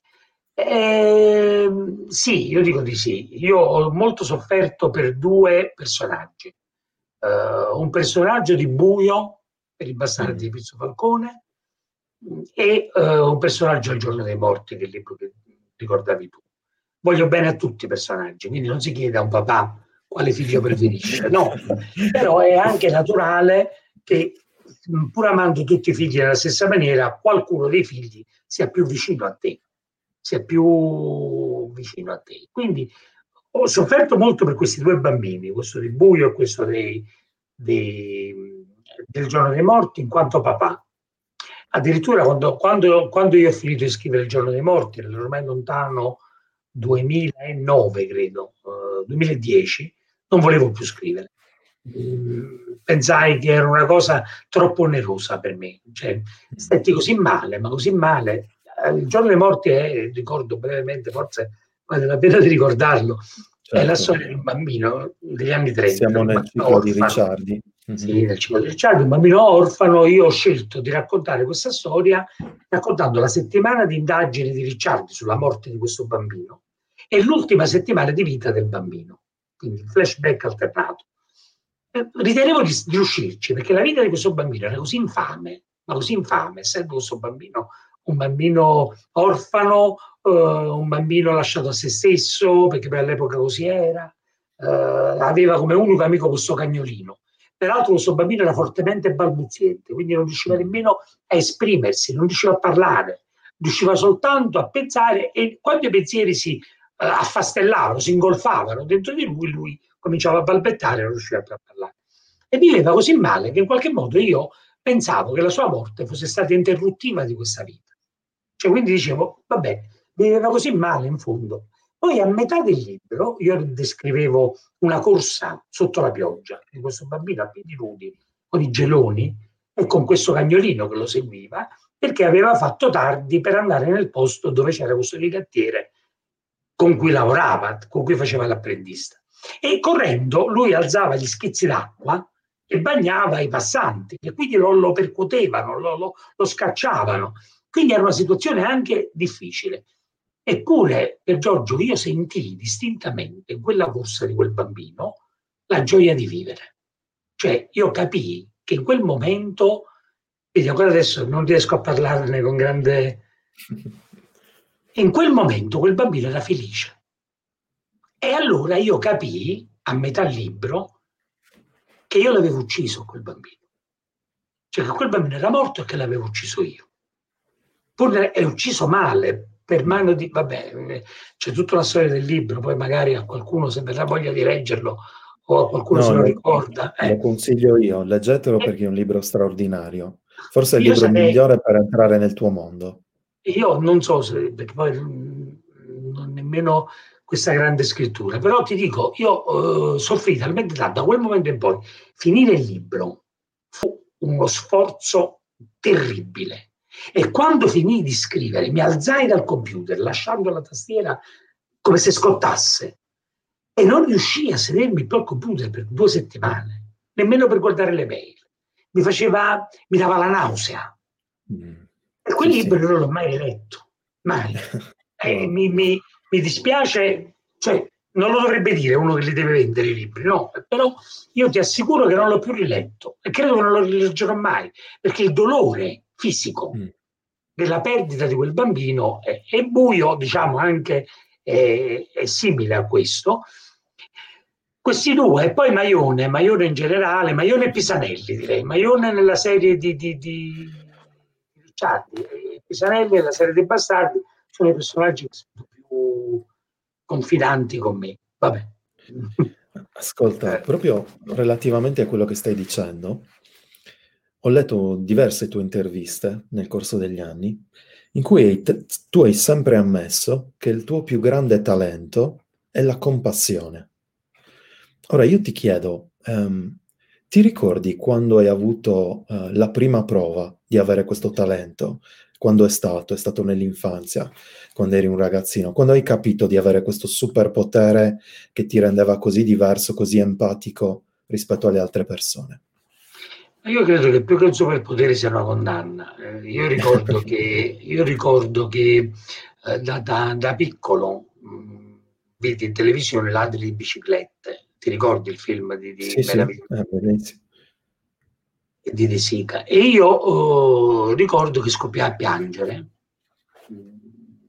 Ehm, sì, io dico di sì. Io ho molto sofferto per due personaggi. Eh, un personaggio di Buio, per i bastardi di Mm. Pizzo Falcone, mh, e eh, un personaggio al Giorno dei Morti, che è il libro che ricordavi tu. Voglio bene a tutti i personaggi, quindi non si chiede a un papà quale figlio preferisce, no, però è anche naturale che, mh, pur amando tutti i figli nella stessa maniera, qualcuno dei figli sia più vicino a te, sia più vicino a te. Quindi ho sofferto molto per questi due bambini, questo di Buio e questo dei, dei, del Giorno dei Morti, in quanto papà. Addirittura quando, quando, quando io ho finito di scrivere Il Giorno dei Morti, nell'ormai lontano duemilanove, credo, eh, duemiladieci, non volevo più scrivere. Mm, Pensai che era una cosa troppo onerosa per me. Cioè, stetti così male, ma così male. Eh, Il Giorno dei Morti è, ricordo brevemente, forse vale la pena di ricordarlo, è la Certo. storia di un bambino degli anni trenta, Siamo un nel bambino ciclo di orfano. Ricciardi. Mhm. Sì, nel ciclo di Ricciardi, un bambino orfano. Io ho scelto di raccontare questa storia raccontando la settimana di indagini di Ricciardi sulla morte di questo bambino e l'ultima settimana di vita del bambino, quindi il flashback alternato. Eh, Ritenevo di, di riuscirci perché la vita di questo bambino era così infame, ma così infame, essendo questo bambino un bambino orfano, eh, un bambino lasciato a se stesso, perché per all'epoca così era, eh, aveva come unico amico questo cagnolino. Peraltro questo bambino era fortemente balbuziente, quindi non riusciva Mm. nemmeno a esprimersi, non riusciva a parlare, riusciva soltanto a pensare e quando i pensieri si eh, affastellavano, si ingolfavano dentro di lui, lui cominciava a balbettare e non riusciva più a parlare. E viveva così male che in qualche modo io pensavo che la sua morte fosse stata interruttiva di questa vita. Cioè, quindi dicevo, vabbè, viveva così male in fondo. Poi a metà del libro io descrivevo una corsa sotto la pioggia di questo bambino a piedi nudi, con i geloni e con questo cagnolino che lo seguiva, perché aveva fatto tardi per andare nel posto dove c'era questo rigattiere con cui lavorava, con cui faceva l'apprendista. E correndo lui alzava gli schizzi d'acqua e bagnava i passanti, che quindi lo, lo percuotevano, lo, lo, lo scacciavano. Quindi era una situazione anche difficile. Eppure per Giorgio io sentii distintamente in quella corsa di quel bambino la gioia di vivere. Cioè io capii che in quel momento, vedi ancora adesso non riesco a parlarne con grande... In quel momento quel bambino era felice. E allora io capii, a metà libro, che io l'avevo ucciso quel bambino. Cioè che quel bambino era morto e che l'avevo ucciso io. Pur è ucciso male, per mano di... Vabbè, c'è tutta la storia del libro, poi magari a qualcuno se verrà voglia di leggerlo o a qualcuno se No, lo lo, ricorda. lo Eh. consiglio io, leggetelo E perché è un libro straordinario. Forse è il io libro sarei... migliore per entrare nel tuo mondo. Io non so se, perché poi mh, non nemmeno questa grande scrittura, però ti dico, io eh, soffrì talmente tanto da quel momento in poi, finire il libro fu uno sforzo terribile. E quando finì di scrivere, mi alzai dal computer, lasciando la tastiera come se scottasse, e non riuscii a sedermi più al computer per due settimane, nemmeno per guardare le mail. Mi faceva, mi dava la nausea. Mm. E quel Sì, libro sì. non l'ho mai letto, mai. Eh, No. mi, mi, mi dispiace, cioè, non lo dovrebbe dire uno che li deve vendere i libri, no, però io ti assicuro che non l'ho più riletto e credo che non lo rileggerò mai, perché il dolore fisico Mm. della perdita di quel bambino, e, e Buio, diciamo, anche è, è simile a questo. Questi due, e poi Maione, Maione in generale, Maione e Pisanelli direi, Maione nella serie di, di, di Ricciardi, e Pisanelli nella serie dei Bastardi sono i personaggi che sono più confidanti con me. Vabbè. Ascolta, proprio relativamente a quello che stai dicendo, ho letto diverse tue interviste nel corso degli anni in cui hai t- tu hai sempre ammesso che il tuo più grande talento è la compassione. Ora io ti chiedo, ehm, ti ricordi quando hai avuto eh, la prima prova di avere questo talento? Quando è stato? È stato nell'infanzia, quando eri un ragazzino? Quando hai capito di avere questo superpotere che ti rendeva così diverso, così empatico rispetto alle altre persone? Io credo che più che un superpotere sia una condanna. Eh, io ricordo che, io ricordo che eh, da, da- da piccolo mh, vidi in televisione ladri di biciclette. Ti ricordi il film di, di Sì, sì, Meraviglioso è bellissimo. di De Sica? E io eh, ricordo che scoppiai a piangere mh,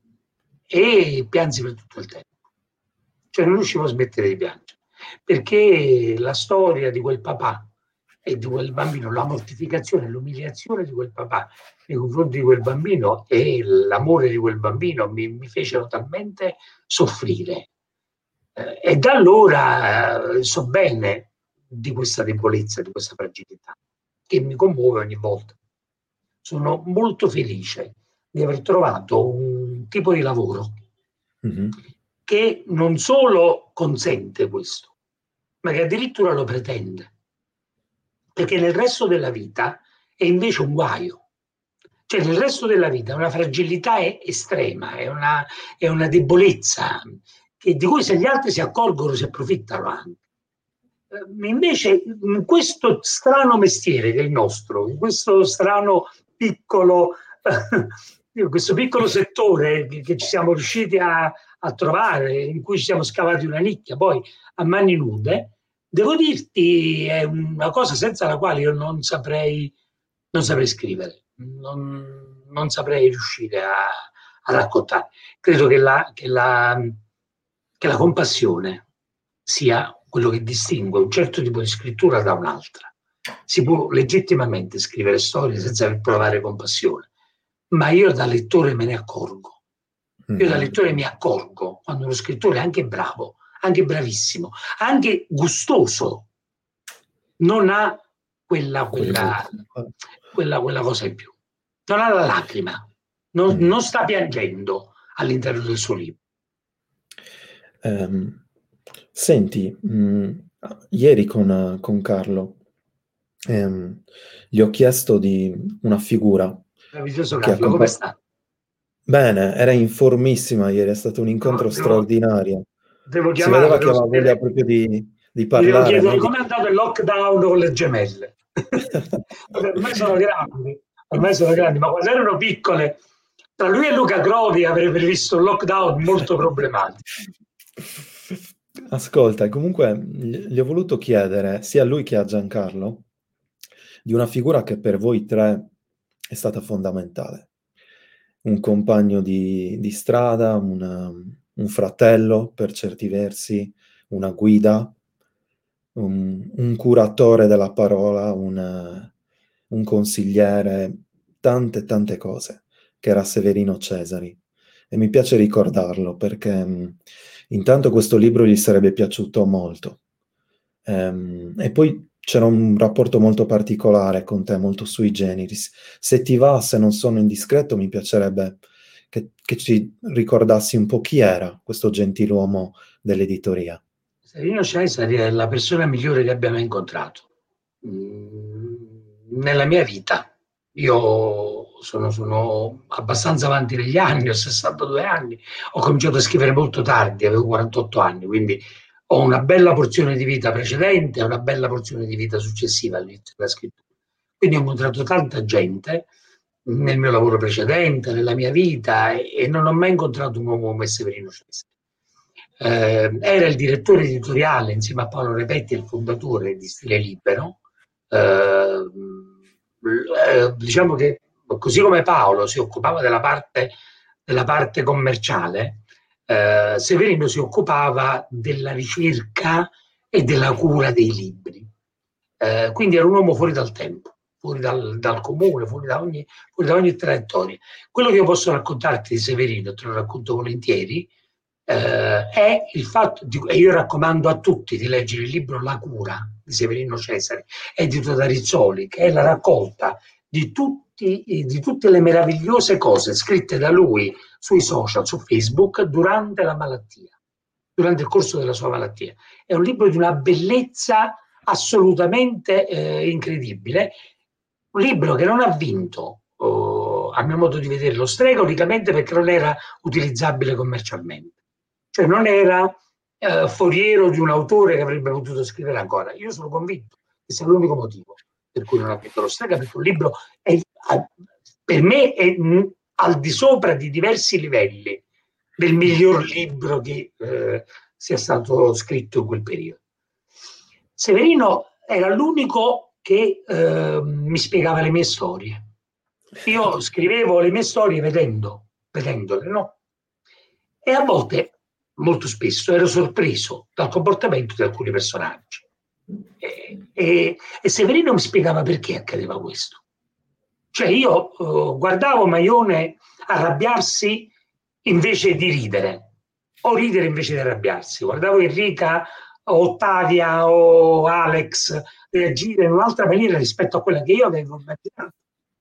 e piansi per tutto il tempo. Cioè non riuscivo a smettere di piangere, perché la storia di quel papà e di quel bambino, la mortificazione, l'umiliazione di quel papà nei confronti di quel bambino e l'amore di quel bambino mi, mi fecero talmente soffrire. Eh, e da allora eh, so bene di questa debolezza, di questa fragilità, che mi commuove ogni volta. Sono molto felice di aver trovato un tipo di lavoro Mhm. che non solo consente questo, ma che addirittura lo pretende, perché nel resto della vita è invece un guaio. Cioè nel resto della vita è una fragilità estrema, è una, è una debolezza che, di cui se gli altri si accorgono si approfittano anche. Eh, Invece in questo strano mestiere che è il nostro, in questo strano piccolo, in questo piccolo settore che, che ci siamo riusciti a, a trovare, in cui ci siamo scavati una nicchia, poi a mani nude, devo dirti è una cosa senza la quale io non saprei, non saprei scrivere, non, non saprei riuscire a, a raccontare. Credo che la, che la, che la compassione sia quello che distingue un certo tipo di scrittura da un'altra. Si può legittimamente scrivere storie senza provare compassione, ma io da lettore me ne accorgo. Io da Mhm. lettore mi accorgo quando uno scrittore è anche bravo, anche bravissimo, anche gustoso, non ha quella, Quel quella, gusto. Ah. quella, quella cosa in più. Non ha la lacrima, non, Mm. non sta piangendo all'interno del suo libro. Ehm, Senti, mh, ieri con, con Carlo ehm, gli ho chiesto di una figura Meraviglioso che Carlo, come accompagna. sta? Bene, era informissima ieri, è stato un No, incontro devo, straordinario. devo Si chiamarlo, vedeva che devo aveva voglia sapere, proprio di, di gli devo parlare, no? chiedere Di- come è andato il lockdown con le gemelle. Vabbè, ormai sono grandi, ormai sono grandi, ma quando erano piccole, tra lui e Luca Grovi avrebbe visto un lockdown molto problematico. Ascolta, comunque gli gli ho voluto chiedere sia a lui che a Giancarlo di una figura che per voi tre è stata fondamentale. Un compagno di, di strada, una- un fratello per certi versi, una guida, un, un curatore della parola, un, un consigliere, tante tante cose, che era Severino Cesari. E mi piace ricordarlo perché mh, intanto questo libro gli sarebbe piaciuto molto. Ehm, e poi c'era un rapporto molto particolare con te, molto sui generis. Se ti va, se non sono indiscreto, mi piacerebbe che, che ci ricordassi un po' chi era questo gentiluomo dell'editoria. Serino Cesari è la persona migliore che abbia mai incontrato mm, nella mia vita. Io sono, sono abbastanza avanti negli anni, ho sessantadue anni, ho cominciato a scrivere molto tardi, avevo quarantotto anni, quindi ho una bella porzione di vita precedente e una bella porzione di vita successiva all'inizio della scrittura. Quindi ho incontrato tanta gente nel mio lavoro precedente, nella mia vita, e, e non ho mai incontrato un uomo come Severino Cesari. Eh, era il direttore editoriale insieme a Paolo Repetti, il fondatore di Stile Libero. Eh, eh, diciamo che così come Paolo si occupava della parte, della parte commerciale, eh, Severino si occupava della ricerca e della cura dei libri. Eh, quindi era un uomo fuori dal tempo, fuori dal, dal comune, fuori da, ogni, fuori da ogni traiettoria. Quello che io posso raccontarti di Severino, te lo racconto volentieri, eh, è il fatto, di, e io raccomando a tutti di leggere il libro La cura di Severino Cesare, edito da Rizzoli, che è la raccolta di, tutti, di tutte le meravigliose cose scritte da lui sui social, su Facebook, durante la malattia, durante il corso della sua malattia. È un libro di una bellezza assolutamente eh, incredibile, un libro che non ha vinto, oh, a mio modo di vedere, lo Strega unicamente perché non era utilizzabile commercialmente, cioè non era eh, foriero di un autore che avrebbe potuto scrivere ancora. Io sono convinto che sia l'unico motivo per cui non ha vinto lo Strega, perché un libro è, per me è mh, al di sopra di diversi livelli del miglior libro che eh, sia stato scritto in quel periodo. Severino era l'unico che eh, mi spiegava le mie storie. Io scrivevo le mie storie vedendo, vedendole, no? E a volte, molto spesso, ero sorpreso dal comportamento di alcuni personaggi. E, e, e Severino mi spiegava perché accadeva questo. Cioè io uh, guardavo Maione arrabbiarsi invece di ridere, o ridere invece di arrabbiarsi. Guardavo Enrica, o Ottavia o Alex reagire in un'altra maniera rispetto a quella che io avevo immaginato.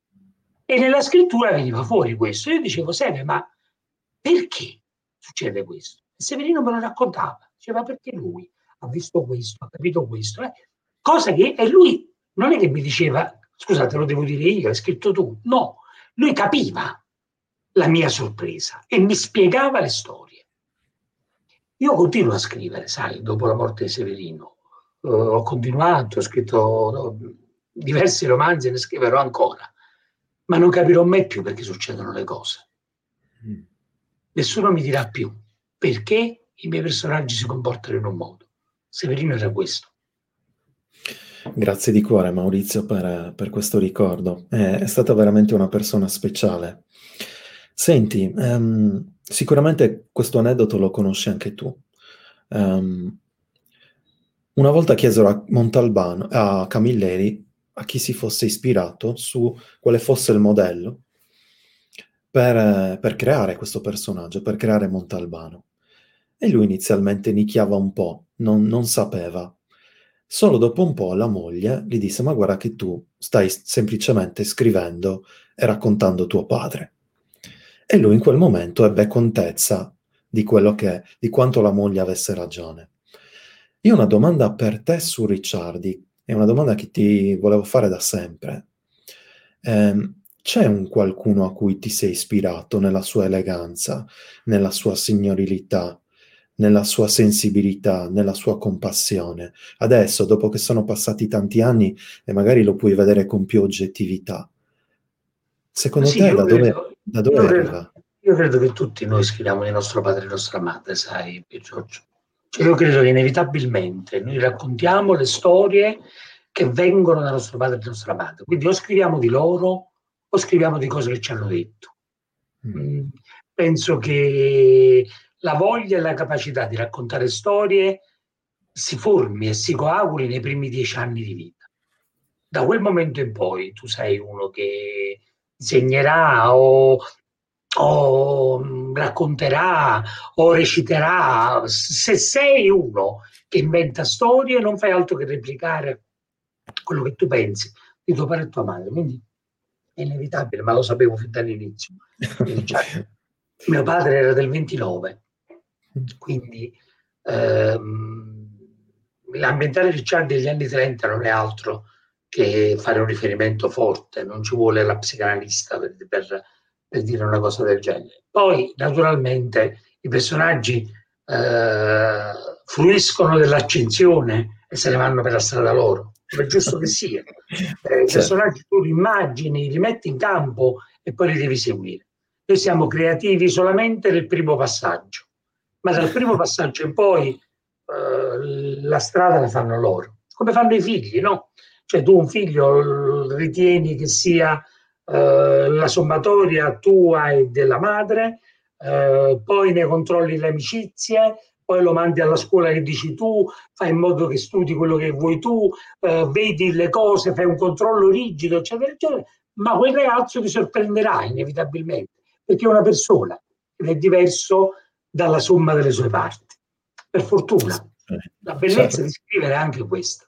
E nella scrittura veniva fuori questo. Io dicevo, Seve, ma perché succede questo? E Severino me lo raccontava. Diceva, perché lui ha visto questo, ha capito questo. Eh? Cosa che, e lui non è che mi diceva, scusate, lo devo dire io, hai scritto tu. No, lui capiva la mia sorpresa e mi spiegava le storie. Io continuo a scrivere, sai, dopo la morte di Severino. Uh, ho continuato, ho scritto no, diversi romanzi e ne scriverò ancora, ma non capirò mai più perché succedono le cose. Mm. Nessuno mi dirà più perché i miei personaggi si comportano in un modo. Severino era questo. Grazie di cuore Maurizio per, per questo ricordo, è, è stata veramente una persona speciale. Senti, um, sicuramente questo aneddoto lo conosci anche tu. Um, una volta chiesero a Montalbano, a Camilleri, a chi si fosse ispirato su quale fosse il modello per, per creare questo personaggio, per creare Montalbano. E lui inizialmente nicchiava un po', non, non sapeva. Solo dopo un po' la moglie gli disse: ma guarda che tu stai semplicemente scrivendo e raccontando tuo padre. E lui in quel momento ebbe contezza di quello che, di quanto la moglie avesse ragione. Io ho una domanda per te su Ricciardi, è una domanda che ti volevo fare da sempre. Eh, c'è un qualcuno a cui ti sei ispirato nella sua eleganza, nella sua signorilità, nella sua sensibilità, nella sua compassione? Adesso, dopo che sono passati tanti anni e magari lo puoi vedere con più oggettività, secondo sì, te da dove, credo, da dove io arriva? credo, io credo che tutti noi scriviamo di nostro padre e nostra madre, sai, Giorgio. Cioè io credo che inevitabilmente noi raccontiamo le storie che vengono da nostro padre e da nostra madre. Quindi o scriviamo di loro o scriviamo di cose che ci hanno detto. Mm. Penso che la voglia e la capacità di raccontare storie si formi e si coaguli nei primi dieci anni di vita. Da quel momento in poi tu sei uno che disegnerà o, o racconterà o reciterà. Se sei uno che inventa storie, non fai altro che replicare quello che tu pensi di tuo padre e tua madre. Quindi è inevitabile, ma lo sapevo fin dall'inizio. Mio padre era del ventinove, quindi ehm, l'ambientale Ricciardi degli anni trenta non è altro che fare un riferimento forte, non ci vuole la psicanalista per, per, per dire una cosa del genere. Poi, naturalmente, i personaggi eh, fruiscono dell'accensione e se ne vanno per la strada loro, come è giusto che sia. Eh, I personaggi tu li immagini, li metti in campo e poi li devi seguire. Noi siamo creativi solamente nel primo passaggio, ma dal primo passaggio in poi eh, la strada la fanno loro, come fanno i figli, no? Cioè tu un figlio ritieni che sia eh, la sommatoria tua e della madre, eh, poi ne controlli le amicizie, poi lo mandi alla scuola che dici tu, fai in modo che studi quello che vuoi tu, eh, vedi le cose, fai un controllo rigido, eccetera, eccetera, ma quel ragazzo ti sorprenderà inevitabilmente, perché è una persona ed è diverso dalla somma delle sue parti. Per fortuna. La bellezza Certo. di scrivere è anche questa.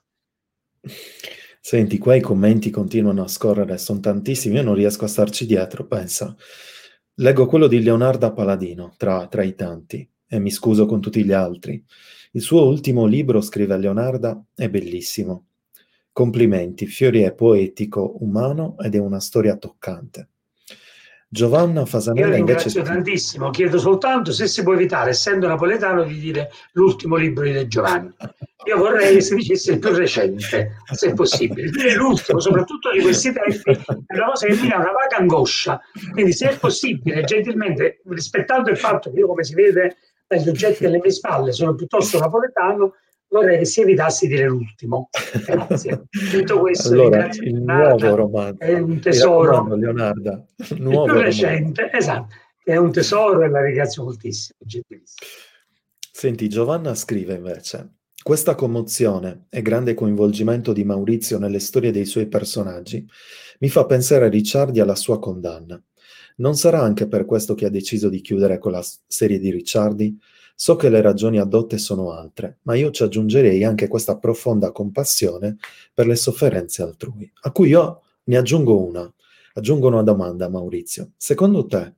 Senti, qua i commenti continuano a scorrere, sono tantissimi, io non riesco a starci dietro, pensa. Leggo quello di Leonardo Paladino, tra, tra i tanti, e mi scuso con tutti gli altri. Il suo ultimo libro, scrive Leonardo, è bellissimo. Complimenti, Fiori è poetico, umano ed è una storia toccante. Giovanna Io Fasanella invece ringrazio scrive... tantissimo, chiedo soltanto se si può evitare, essendo napoletano, di dire l'ultimo libro di De Giovanni. Io vorrei che si dicesse il più recente, se possibile. Dire l'ultimo, soprattutto di questi tempi, è una cosa che mi dà una vaga angoscia. Quindi, se è possibile, gentilmente, rispettando il fatto che io, come si vede dagli oggetti alle mie spalle, sono piuttosto napoletano, vorrei che si evitasse di dire l'ultimo. Grazie. Detto questo, Allora, ringrazio il nuovo Leonardo, è romanzo, un mi raccomando, tesoro. Leonardo, Il più nuovo romanzo. recente, esatto, che è un tesoro e la ringrazio moltissimo, gentilissimo. Senti, Giovanna scrive invece, questa commozione e grande coinvolgimento di Maurizio nelle storie dei suoi personaggi mi fa pensare a Ricciardi e alla sua condanna. Non sarà anche per questo che ha deciso di chiudere con la s- serie di Ricciardi? So che le ragioni addotte sono altre, ma io ci aggiungerei anche questa profonda compassione per le sofferenze altrui, a cui io ne aggiungo una. Aggiungo una domanda, Maurizio. Secondo te,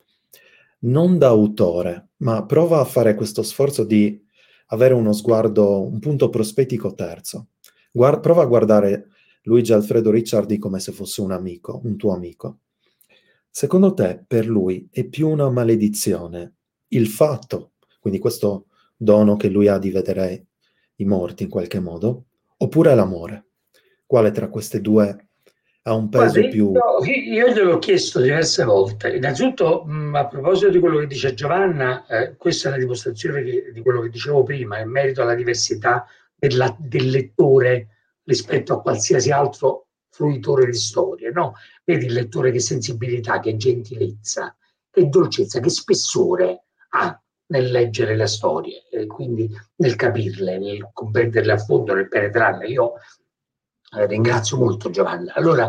non da autore, ma prova a fare questo sforzo di avere uno sguardo, un punto prospettico terzo. Guar- prova a guardare Luigi Alfredo Ricciardi come se fosse un amico, un tuo amico. Secondo te, per lui è più una maledizione il fatto, quindi questo dono che lui ha di vedere i morti in qualche modo, oppure l'amore? Quale tra queste due ha un Guarda, peso io, più... io gliel'ho chiesto diverse volte. Innanzitutto, mh, a proposito di quello che dice Giovanna, eh, questa è la dimostrazione che- di quello che dicevo prima, in merito alla diversità della- del lettore rispetto a qualsiasi altro fruitore di storie, no? Vedi il lettore che sensibilità, che gentilezza, che dolcezza, che spessore ha nel leggere le storie, e quindi nel capirle, nel comprenderle a fondo, nel penetrarle. Io eh, ringrazio molto Giovanna. Allora,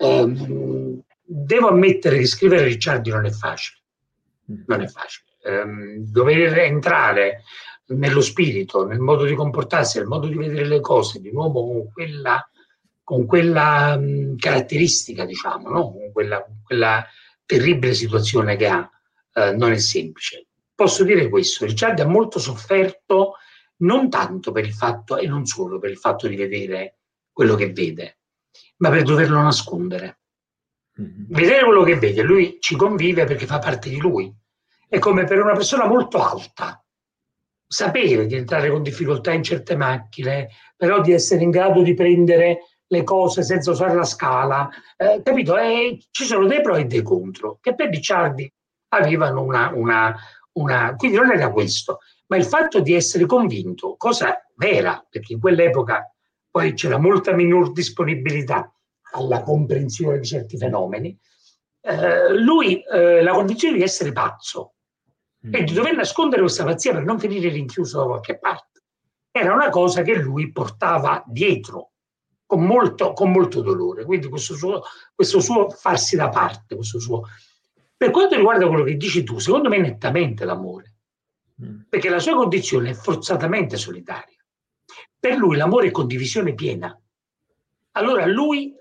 ehm, devo ammettere che scrivere Ricciardi non è facile, non è facile. Ehm, dover entrare nello spirito, nel modo di comportarsi, nel modo di vedere le cose, di nuovo con quella, con quella mh, caratteristica, diciamo, no? Con quella, quella terribile situazione che ha, eh, non è semplice. Posso dire questo, Ricciardi ha molto sofferto non tanto per il fatto, e non solo per il fatto di vedere quello che vede, ma per doverlo nascondere. Mhm. Vedere quello che vede, lui ci convive perché fa parte di lui. È come per una persona molto alta, sapere di entrare con difficoltà in certe macchine, però di essere in grado di prendere le cose senza usare la scala, eh, capito? E ci sono dei pro e dei contro, che per Ricciardi avevano una, una, una... Quindi non era questo, ma il fatto di essere convinto, cosa vera, perché in quell'epoca poi c'era molta minor disponibilità alla comprensione di certi fenomeni, eh, lui eh, la convinzione di essere pazzo e di Mhm. dover nascondere questa pazzia per non finire rinchiuso da qualche parte. Era una cosa che lui portava dietro con molto, con molto dolore. Quindi questo suo, questo suo farsi da parte, questo suo... Per quanto riguarda quello che dici tu, secondo me è nettamente l'amore, Mm. perché la sua condizione è forzatamente solitaria. Per lui l'amore è condivisione piena. Allora lui,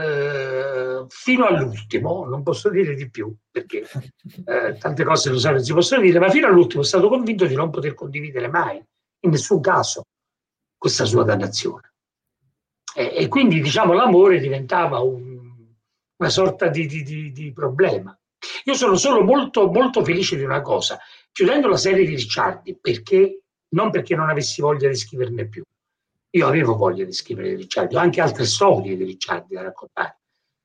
eh, fino all'ultimo, non posso dire di più, perché eh, tante cose lo sa, non si possono dire, ma fino all'ultimo è stato convinto di non poter condividere mai, in nessun caso, questa sua dannazione. E, e quindi, diciamo, l'amore diventava un- una sorta di, di- di- di problema. Io sono solo molto, molto felice di una cosa, chiudendo la serie di Ricciardi, perché non perché non avessi voglia di scriverne più. Io avevo voglia di scrivere di Ricciardi, ho anche altre storie di Ricciardi da raccontare,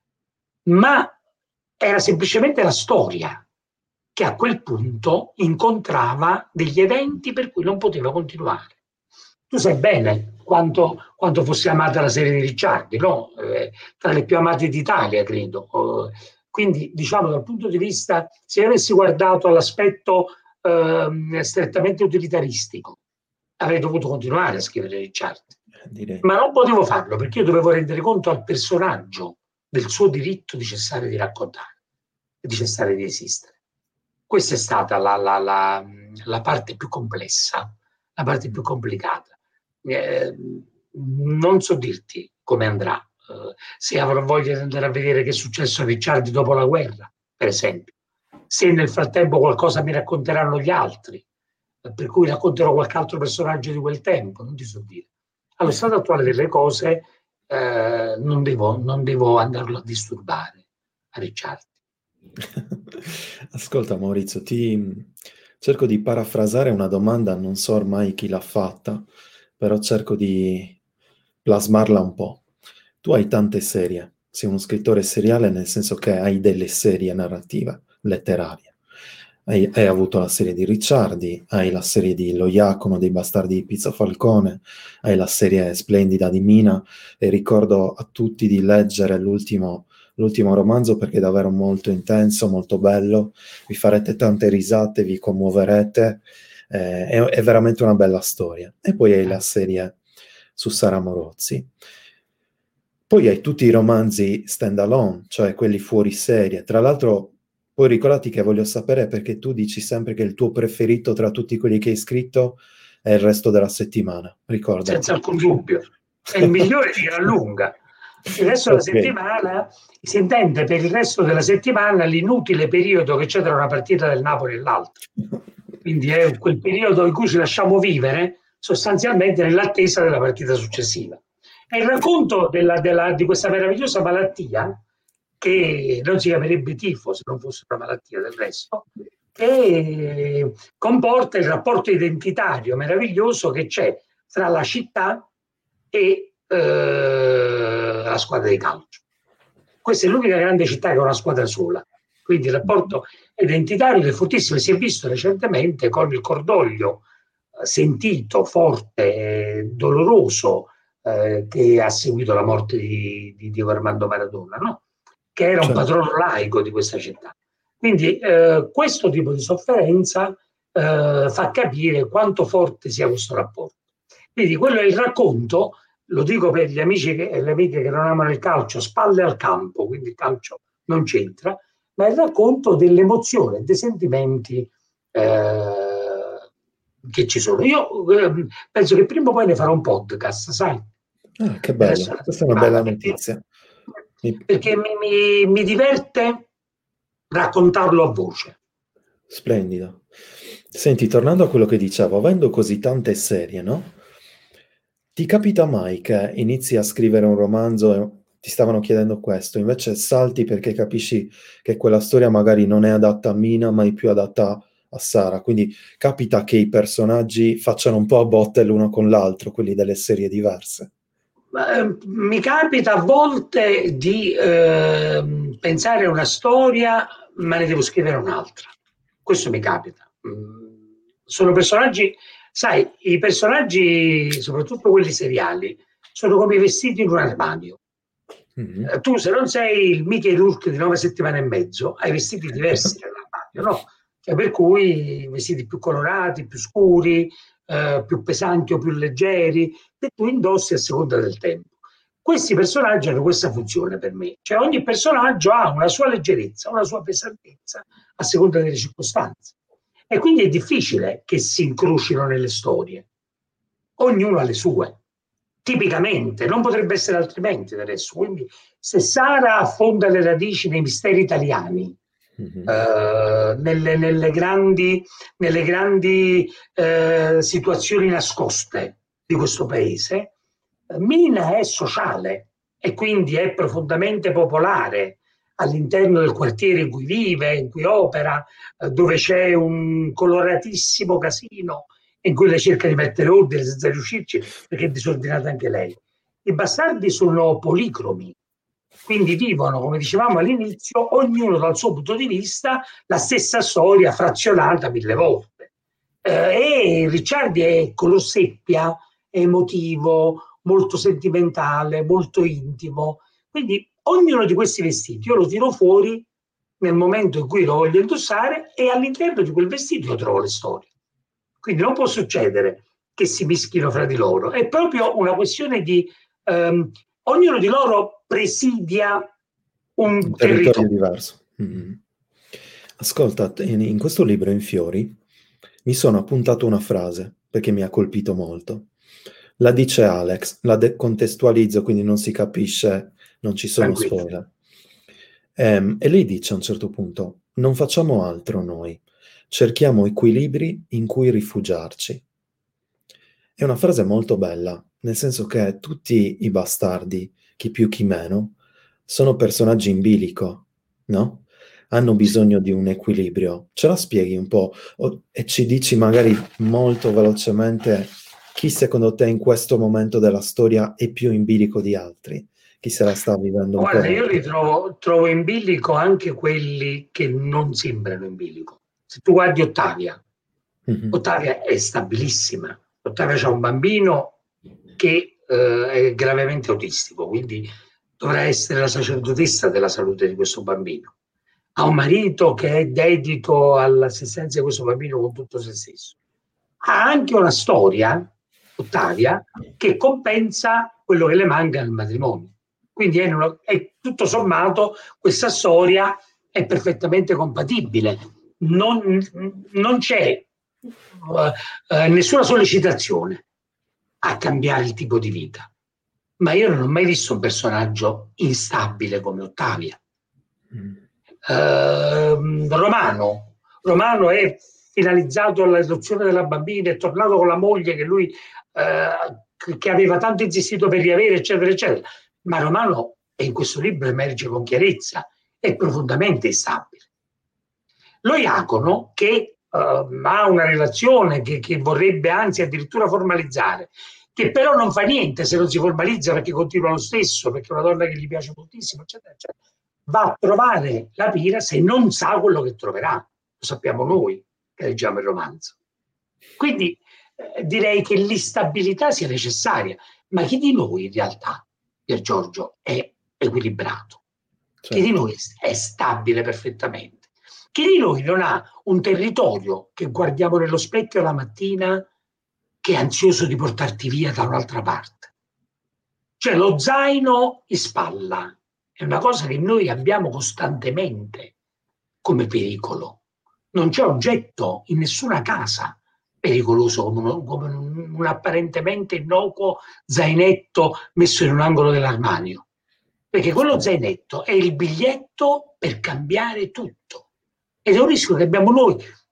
ma era semplicemente la storia che a quel punto incontrava degli eventi per cui non poteva continuare. Tu sai bene quanto, quanto fosse amata la serie di Ricciardi, no? Eh, tra le più amate d'Italia, credo. Quindi, diciamo, dal punto di vista, se io avessi guardato all'aspetto eh, strettamente utilitaristico, avrei dovuto continuare a scrivere Ricciardi. Direi. Ma non potevo farlo perché io dovevo rendere conto al personaggio del suo diritto di cessare di raccontare, di cessare di esistere. Questa è stata la, la, la, la parte più complessa, la parte più complicata. Eh, non so dirti come andrà, eh, se avrò voglia di andare a vedere che è successo a Ricciardi dopo la guerra, per esempio, se nel frattempo qualcosa mi racconteranno gli altri, per cui racconterò qualche altro personaggio di quel tempo, non ti so dire. Allo stato attuale delle cose eh, non, devo, non devo andarlo a disturbare a Ricciardi. Ascolta Maurizio, ti cerco di parafrasare una domanda, non so ormai chi l'ha fatta, però cerco di plasmarla un po'. Tu hai tante serie, sei uno scrittore seriale nel senso che hai delle serie narrative, letterarie. Hai, hai avuto la serie di Ricciardi, hai la serie di Lo Iacono dei Bastardi di Pizzo Falcone, hai la serie splendida di Mina, e ricordo a tutti di leggere l'ultimo l'ultimo romanzo perché è davvero molto intenso, molto bello, vi farete tante risate, vi commuoverete, eh, è, è veramente una bella storia. E poi hai la serie su Sara Morozzi. Poi hai tutti i romanzi stand alone, cioè quelli fuori serie. Tra l'altro, poi ricordati che voglio sapere perché tu dici sempre che il tuo preferito tra tutti quelli che hai scritto è Il Resto della Settimana. Ricordati. Senza alcun dubbio. È il migliore di gran lunga. Il resto della Okay. settimana si intende per il resto della settimana l'inutile periodo che c'è tra una partita del Napoli e l'altra. Quindi è quel periodo in cui ci lasciamo vivere sostanzialmente nell'attesa della partita successiva. È il racconto della, della, di questa meravigliosa malattia che non si chiamerebbe tifo se non fosse una malattia del resto, e comporta il rapporto identitario meraviglioso che c'è tra la città e eh, la squadra di calcio. Questa è l'unica grande città che ha una squadra sola, quindi il rapporto identitario è fortissimo e si è visto recentemente con il cordoglio eh, sentito, forte, doloroso eh, che ha seguito la morte di, di Diego Armando Maradona, no? Che era un Certo. patrono laico di questa città. Quindi eh, questo tipo di sofferenza eh, fa capire quanto forte sia questo rapporto. Quindi quello è il racconto, lo dico per gli amici che, e le amiche che non amano il calcio, spalle al campo, quindi il calcio non c'entra, ma è il racconto dell'emozione, dei sentimenti eh, che ci sono. Io eh, penso che prima o poi ne farò un podcast, sai? Ah, che Adesso bello, la questa è una bella settimana, perché, notizia. Mi- perché mi, mi, mi diverte raccontarlo a voce. Splendido. Senti, tornando a quello che dicevo, avendo così tante serie, no? Ti capita mai che inizi a scrivere un romanzo e ti stavano chiedendo questo, invece salti perché capisci che quella storia magari non è adatta a Mina, ma è più adatta a Sara. Quindi capita che i personaggi facciano un po' a botte l'uno con l'altro, quelli delle serie diverse. Eh, mi capita a volte di eh, pensare a una storia, ma ne devo scrivere un'altra. Questo mi capita. Mm, Sono personaggi, sai, i personaggi, soprattutto quelli seriali, sono come i vestiti in un armadio. Mhm. Eh, tu se non sei il Mickey Rourke di nove settimane e mezzo, hai vestiti diversi nell'armadio, no? Cioè, per cui vestiti più colorati, più scuri, eh, più pesanti o più leggeri, che tu indossi a seconda del tempo. Questi personaggi hanno questa funzione per me, cioè ogni personaggio ha una sua leggerezza, una sua pesantezza a seconda delle circostanze. E quindi è difficile che si incrocino nelle storie. Ognuno ha le sue. Tipicamente, non potrebbe essere altrimenti adesso. Quindi, se Sara affonda le radici nei misteri italiani, Mhm. eh, nelle, nelle grandi, nelle grandi eh, situazioni nascoste di questo paese, Mina è sociale e quindi è profondamente popolare all'interno del quartiere in cui vive, in cui opera, eh, dove c'è un coloratissimo casino in cui lei cerca di mettere ordine senza riuscirci perché è disordinata anche lei. I bastardi sono policromi, quindi vivono, come dicevamo all'inizio, ognuno dal suo punto di vista, la stessa storia frazionata mille volte. Eh, e Ricciardi è color seppia, è emotivo, molto sentimentale, molto intimo. Quindi ognuno di questi vestiti io lo tiro fuori nel momento in cui lo voglio indossare e all'interno di quel vestito io trovo le storie. Quindi non può succedere che si mischino fra di loro, è proprio una questione di ehm, ognuno di loro presidia un, un territorio, territorio diverso. Mm-hmm. Ascolta, in, in questo libro in Fiori mi sono appuntato una frase perché mi ha colpito molto. La dice Alex, la decontestualizzo, quindi non si capisce, non ci sono Tranquillo. spoiler. Ehm, e lei dice a un certo punto, non facciamo altro noi, cerchiamo equilibri in cui rifugiarci. È una frase molto bella, nel senso che tutti i bastardi, chi più chi meno, sono personaggi in bilico, no? Hanno bisogno di un equilibrio. Ce la spieghi un po' o, e ci dici magari molto velocemente chi secondo te in questo momento della storia è più in bilico di altri? Chi se la sta vivendo un Guarda, po'? io li trovo, trovo in bilico anche quelli che non sembrano in bilico. Se tu guardi Ottavia, Mm-hmm. Ottavia è stabilissima. Ottavia c'ha un bambino che eh, è gravemente autistico, quindi dovrà essere la sacerdotessa della salute di questo bambino. Ha un marito che è dedito all'assistenza di questo bambino con tutto se stesso. Ha anche una storia, Ottavia, che compensa quello che le manca nel matrimonio. Quindi è, una, è tutto sommato questa storia è perfettamente compatibile. Non, non c'è uh, uh, nessuna sollecitazione a cambiare il tipo di vita. Ma io non ho mai visto un personaggio instabile come Ottavia. Mm. Uh, Romano. Romano è finalizzato all'adozione della bambina, è tornato con la moglie che lui uh, che aveva tanto insistito per riavere, eccetera, eccetera. Ma Romano, e in questo libro emerge con chiarezza, è profondamente instabile. Lo Iacono, che uh, ha una relazione che, che vorrebbe anzi addirittura formalizzare, che però non fa niente se non si formalizza perché continua lo stesso, perché è una donna che gli piace moltissimo, eccetera, eccetera, va a trovare la Pira se non sa quello che troverà. Lo sappiamo noi che leggiamo il romanzo. Quindi eh, direi che l'instabilità sia necessaria, ma chi di noi in realtà, Pier Giorgio, è equilibrato? Certo. Chi di noi è stabile perfettamente? Chi di noi non ha un territorio che guardiamo nello specchio la mattina che è ansioso di portarti via da un'altra parte? Cioè lo zaino in spalla è una cosa che noi abbiamo costantemente come pericolo. Non c'è oggetto in nessuna casa pericoloso come un, come un, un apparentemente innocuo zainetto messo in un angolo dell'armadio. Perché quello zainetto è il biglietto per cambiare tutto. Ed è un rischio che abbiamo noi,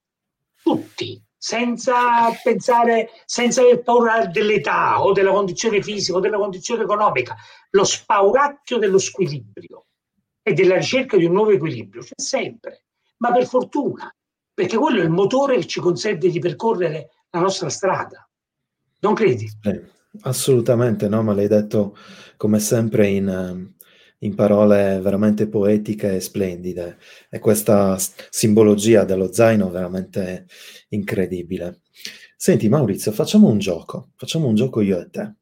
tutti, senza pensare, senza aver paura dell'età o della condizione fisica o della condizione economica. Lo spauracchio dello squilibrio e della ricerca di un nuovo equilibrio c'è sempre, ma per fortuna, perché quello è il motore che ci consente di percorrere la nostra strada. Non credi? Eh, assolutamente no, ma l'hai detto come sempre in, in parole veramente poetiche e splendide. E questa simbologia dello zaino veramente incredibile. Senti Maurizio, facciamo un gioco, facciamo un gioco io e te.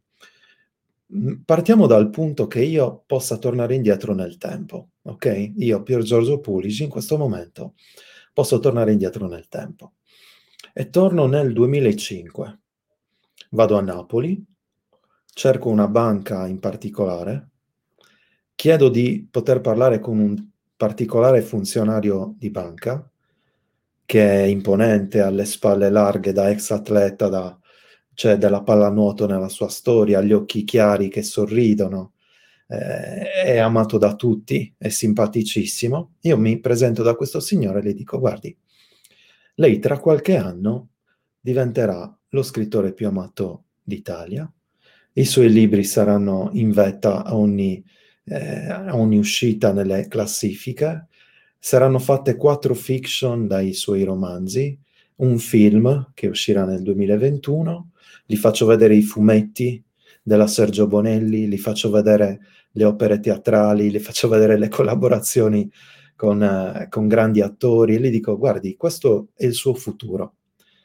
Partiamo dal punto che io possa tornare indietro nel tempo, ok? Io, Pier Giorgio Pulici, in questo momento posso tornare indietro nel tempo. E torno nel duemilacinque. Vado a Napoli, cerco una banca in particolare, chiedo di poter parlare con un particolare funzionario di banca, che è imponente, alle spalle larghe, da ex atleta, da, cioè della pallanuoto nella sua storia, gli occhi chiari che sorridono, eh, è amato da tutti, è simpaticissimo. Io mi presento da questo signore e le dico, guardi, lei tra qualche anno diventerà lo scrittore più amato d'Italia, i suoi libri saranno in vetta a ogni, eh, a ogni uscita nelle classifiche, saranno fatte quattro fiction dai suoi romanzi, un film che uscirà nel duemilaventuno, gli faccio vedere i fumetti della Sergio Bonelli, gli faccio vedere le opere teatrali, gli faccio vedere le collaborazioni con, eh, con grandi attori e gli dico, guardi, questo è il suo futuro.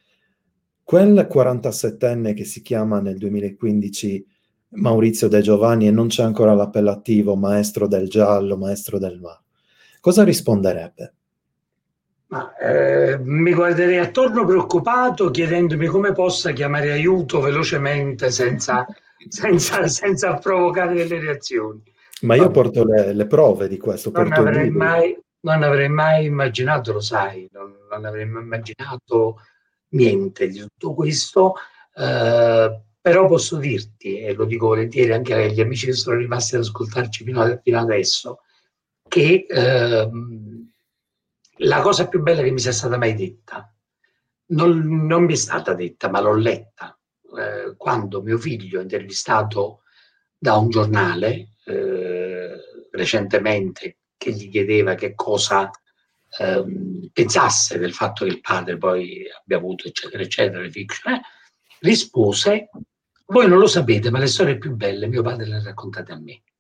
Quel quarantasettenne che si chiama nel duemilaquindici Maurizio De Giovanni e non c'è ancora l'appellativo maestro del giallo, maestro del mare, cosa risponderebbe? Ma, eh, mi guarderei attorno preoccupato, chiedendomi come possa chiamare aiuto velocemente senza, senza, senza provocare delle reazioni. Ma io Vabbè. porto le, le prove di questo, Non porto i avrei libri. mai, non avrei mai immaginato, lo sai, non, non avrei mai immaginato niente di tutto questo, eh, però posso dirti, e lo dico volentieri anche agli amici che sono rimasti ad ascoltarci fino, a- fino adesso, che ehm, la cosa più bella che mi sia stata mai detta, non, non mi è stata detta, ma l'ho letta, eh, quando mio figlio, intervistato da un giornale eh, recentemente, che gli chiedeva che cosa ehm, pensasse del fatto che il padre poi abbia avuto, eccetera, eccetera, le fiction, eh, rispose: voi non lo sapete, ma le storie più belle mio padre le ha raccontate a me.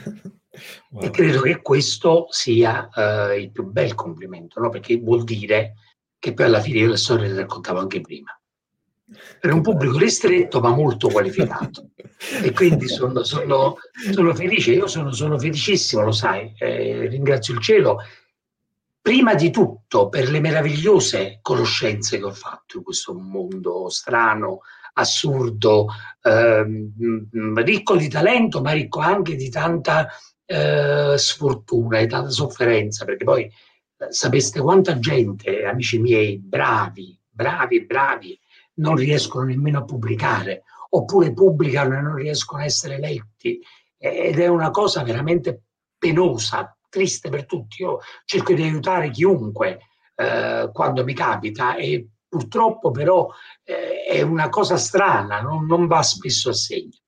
E Wow, credo che questo sia eh, il più bel complimento, no? Perché vuol dire che poi alla fine io le storie le raccontavo anche prima, per che un bello. pubblico ristretto ma molto qualificato. E quindi sono, sono, sono felice, io sono, sono felicissimo, lo sai, eh, ringrazio il cielo, prima di tutto per le meravigliose conoscenze che ho fatto in questo mondo strano, assurdo, ehm, ricco di talento, ma ricco anche di tanta eh, sfortuna e tanta sofferenza, perché poi eh, sapeste quanta gente, amici miei, bravi, bravi, bravi, non riescono nemmeno a pubblicare, oppure pubblicano e non riescono a essere letti, ed è una cosa veramente penosa, triste per tutti. Io cerco di aiutare chiunque eh, quando mi capita, e purtroppo però eh, è una cosa strana, non, non va spesso a segno.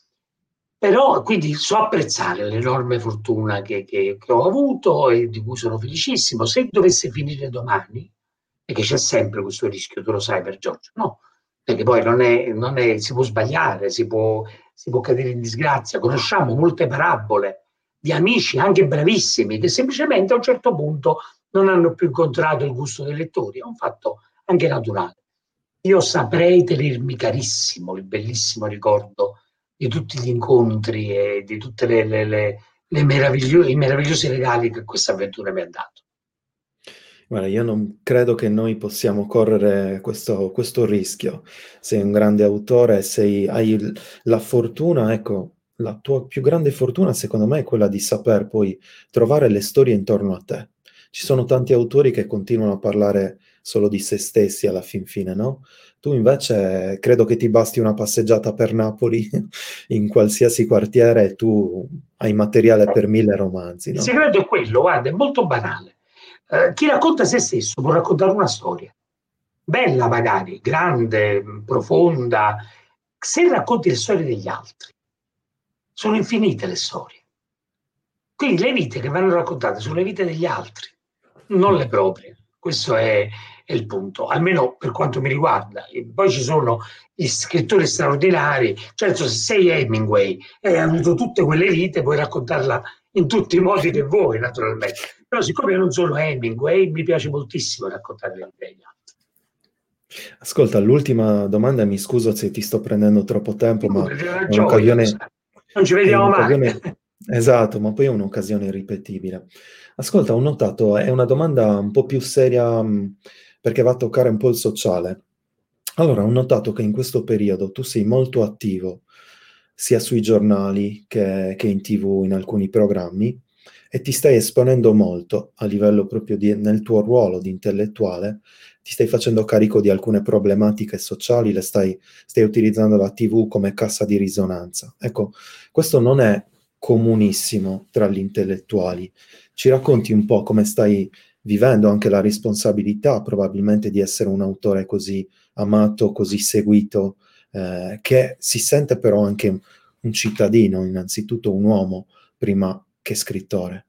Però quindi so apprezzare l'enorme fortuna che, che, che ho avuto e di cui sono felicissimo. Se dovesse finire domani, e che c'è sempre questo rischio, tu lo sai per Giorgio, no? Perché poi non è, non è, si può sbagliare, si può, si può cadere in disgrazia. Conosciamo molte parabole di amici anche bravissimi che semplicemente a un certo punto non hanno più incontrato il gusto dei lettori. È un fatto anche naturale. Io saprei tenermi carissimo il bellissimo ricordo di tutti gli incontri e di tutti le, le, le, le meraviglio- i meravigliosi regali che questa avventura mi ha dato. Guarda, io non credo che noi possiamo correre questo, questo rischio. Sei un grande autore, sei, hai il- la fortuna, ecco, la tua più grande fortuna secondo me è quella di saper poi trovare le storie intorno a te. Ci sono tanti autori che continuano a parlare solo di se stessi alla fin fine, no? Tu invece credo che ti basti una passeggiata per Napoli in qualsiasi quartiere e tu hai materiale per mille romanzi, Il no? segreto è quello, guarda, è molto banale. Eh, chi racconta se stesso può raccontare una storia, bella magari, grande, profonda. Se racconti le storie degli altri, sono infinite le storie. Quindi le vite che vanno raccontate sono le vite degli altri, non le proprie. Questo è, è il punto, almeno per quanto mi riguarda. E poi ci sono gli scrittori straordinari. Certo, se sei Hemingway e hai avuto tutte quelle vite, puoi raccontarla in tutti i modi che vuoi, naturalmente. Però siccome io non sono Hemingway, mi piace moltissimo raccontare le vite degli altri. Ascolta, l'ultima domanda, mi scuso se ti sto prendendo troppo tempo, ma Figurati, è una è gioia, lo un'occasione, sai. Non ci è vediamo mai. un'occasione, esatto, ma poi è un'occasione irripetibile. Ascolta, ho notato, è una domanda un po' più seria, mh, perché va a toccare un po' il sociale. Allora, ho notato che in questo periodo tu sei molto attivo, sia sui giornali che, che in T V, in alcuni programmi, e ti stai esponendo molto a livello proprio di, nel tuo ruolo di intellettuale, ti stai facendo carico di alcune problematiche sociali, le stai, stai utilizzando la T V come cassa di risonanza. Ecco, questo non è comunissimo tra gli intellettuali. Ci racconti un po' come stai vivendo anche la responsabilità probabilmente di essere un autore così amato, così seguito, eh, che si sente però anche un, un cittadino, innanzitutto un uomo, prima che scrittore.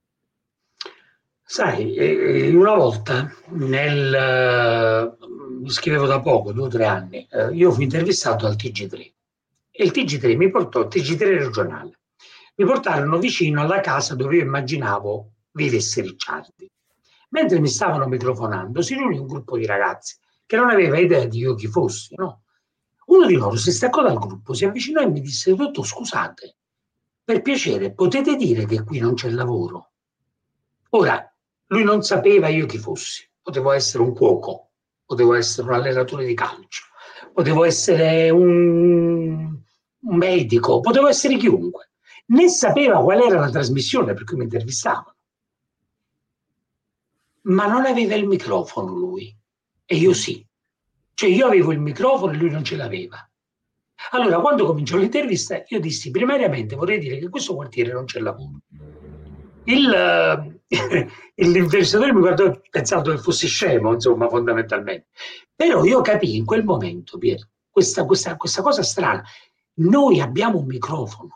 Sai, eh, una volta nel, eh, mi scrivevo da poco, due o tre anni, eh, io fui intervistato al T G tre e il T G tre mi portò, T G tre regionale, mi portarono vicino alla casa dove io immaginavo vivesse Ricciardi. Mentre mi stavano microfonando, si riunì un gruppo di ragazzi che non aveva idea di io chi fossi, no? Uno di loro si staccò dal gruppo, si avvicinò e mi disse: dottor, scusate, per piacere, potete dire che qui non c'è lavoro? Ora, Lui non sapeva io chi fossi. Potevo essere un cuoco, potevo essere un allenatore di calcio, potevo essere un, un medico, potevo essere chiunque. Né sapeva qual era la trasmissione per cui mi intervistavano. Ma non aveva il microfono lui, e io sì. Cioè io avevo il microfono e lui non ce l'aveva. Allora, quando cominciò l'intervista, io dissi, primariamente vorrei dire che in questo quartiere non c'è lavoro. Il, l'intervistatore mi guardò pensando che fossi scemo, insomma, fondamentalmente. Però io capii in quel momento, Pier, questa, questa, questa cosa strana. Noi abbiamo un microfono.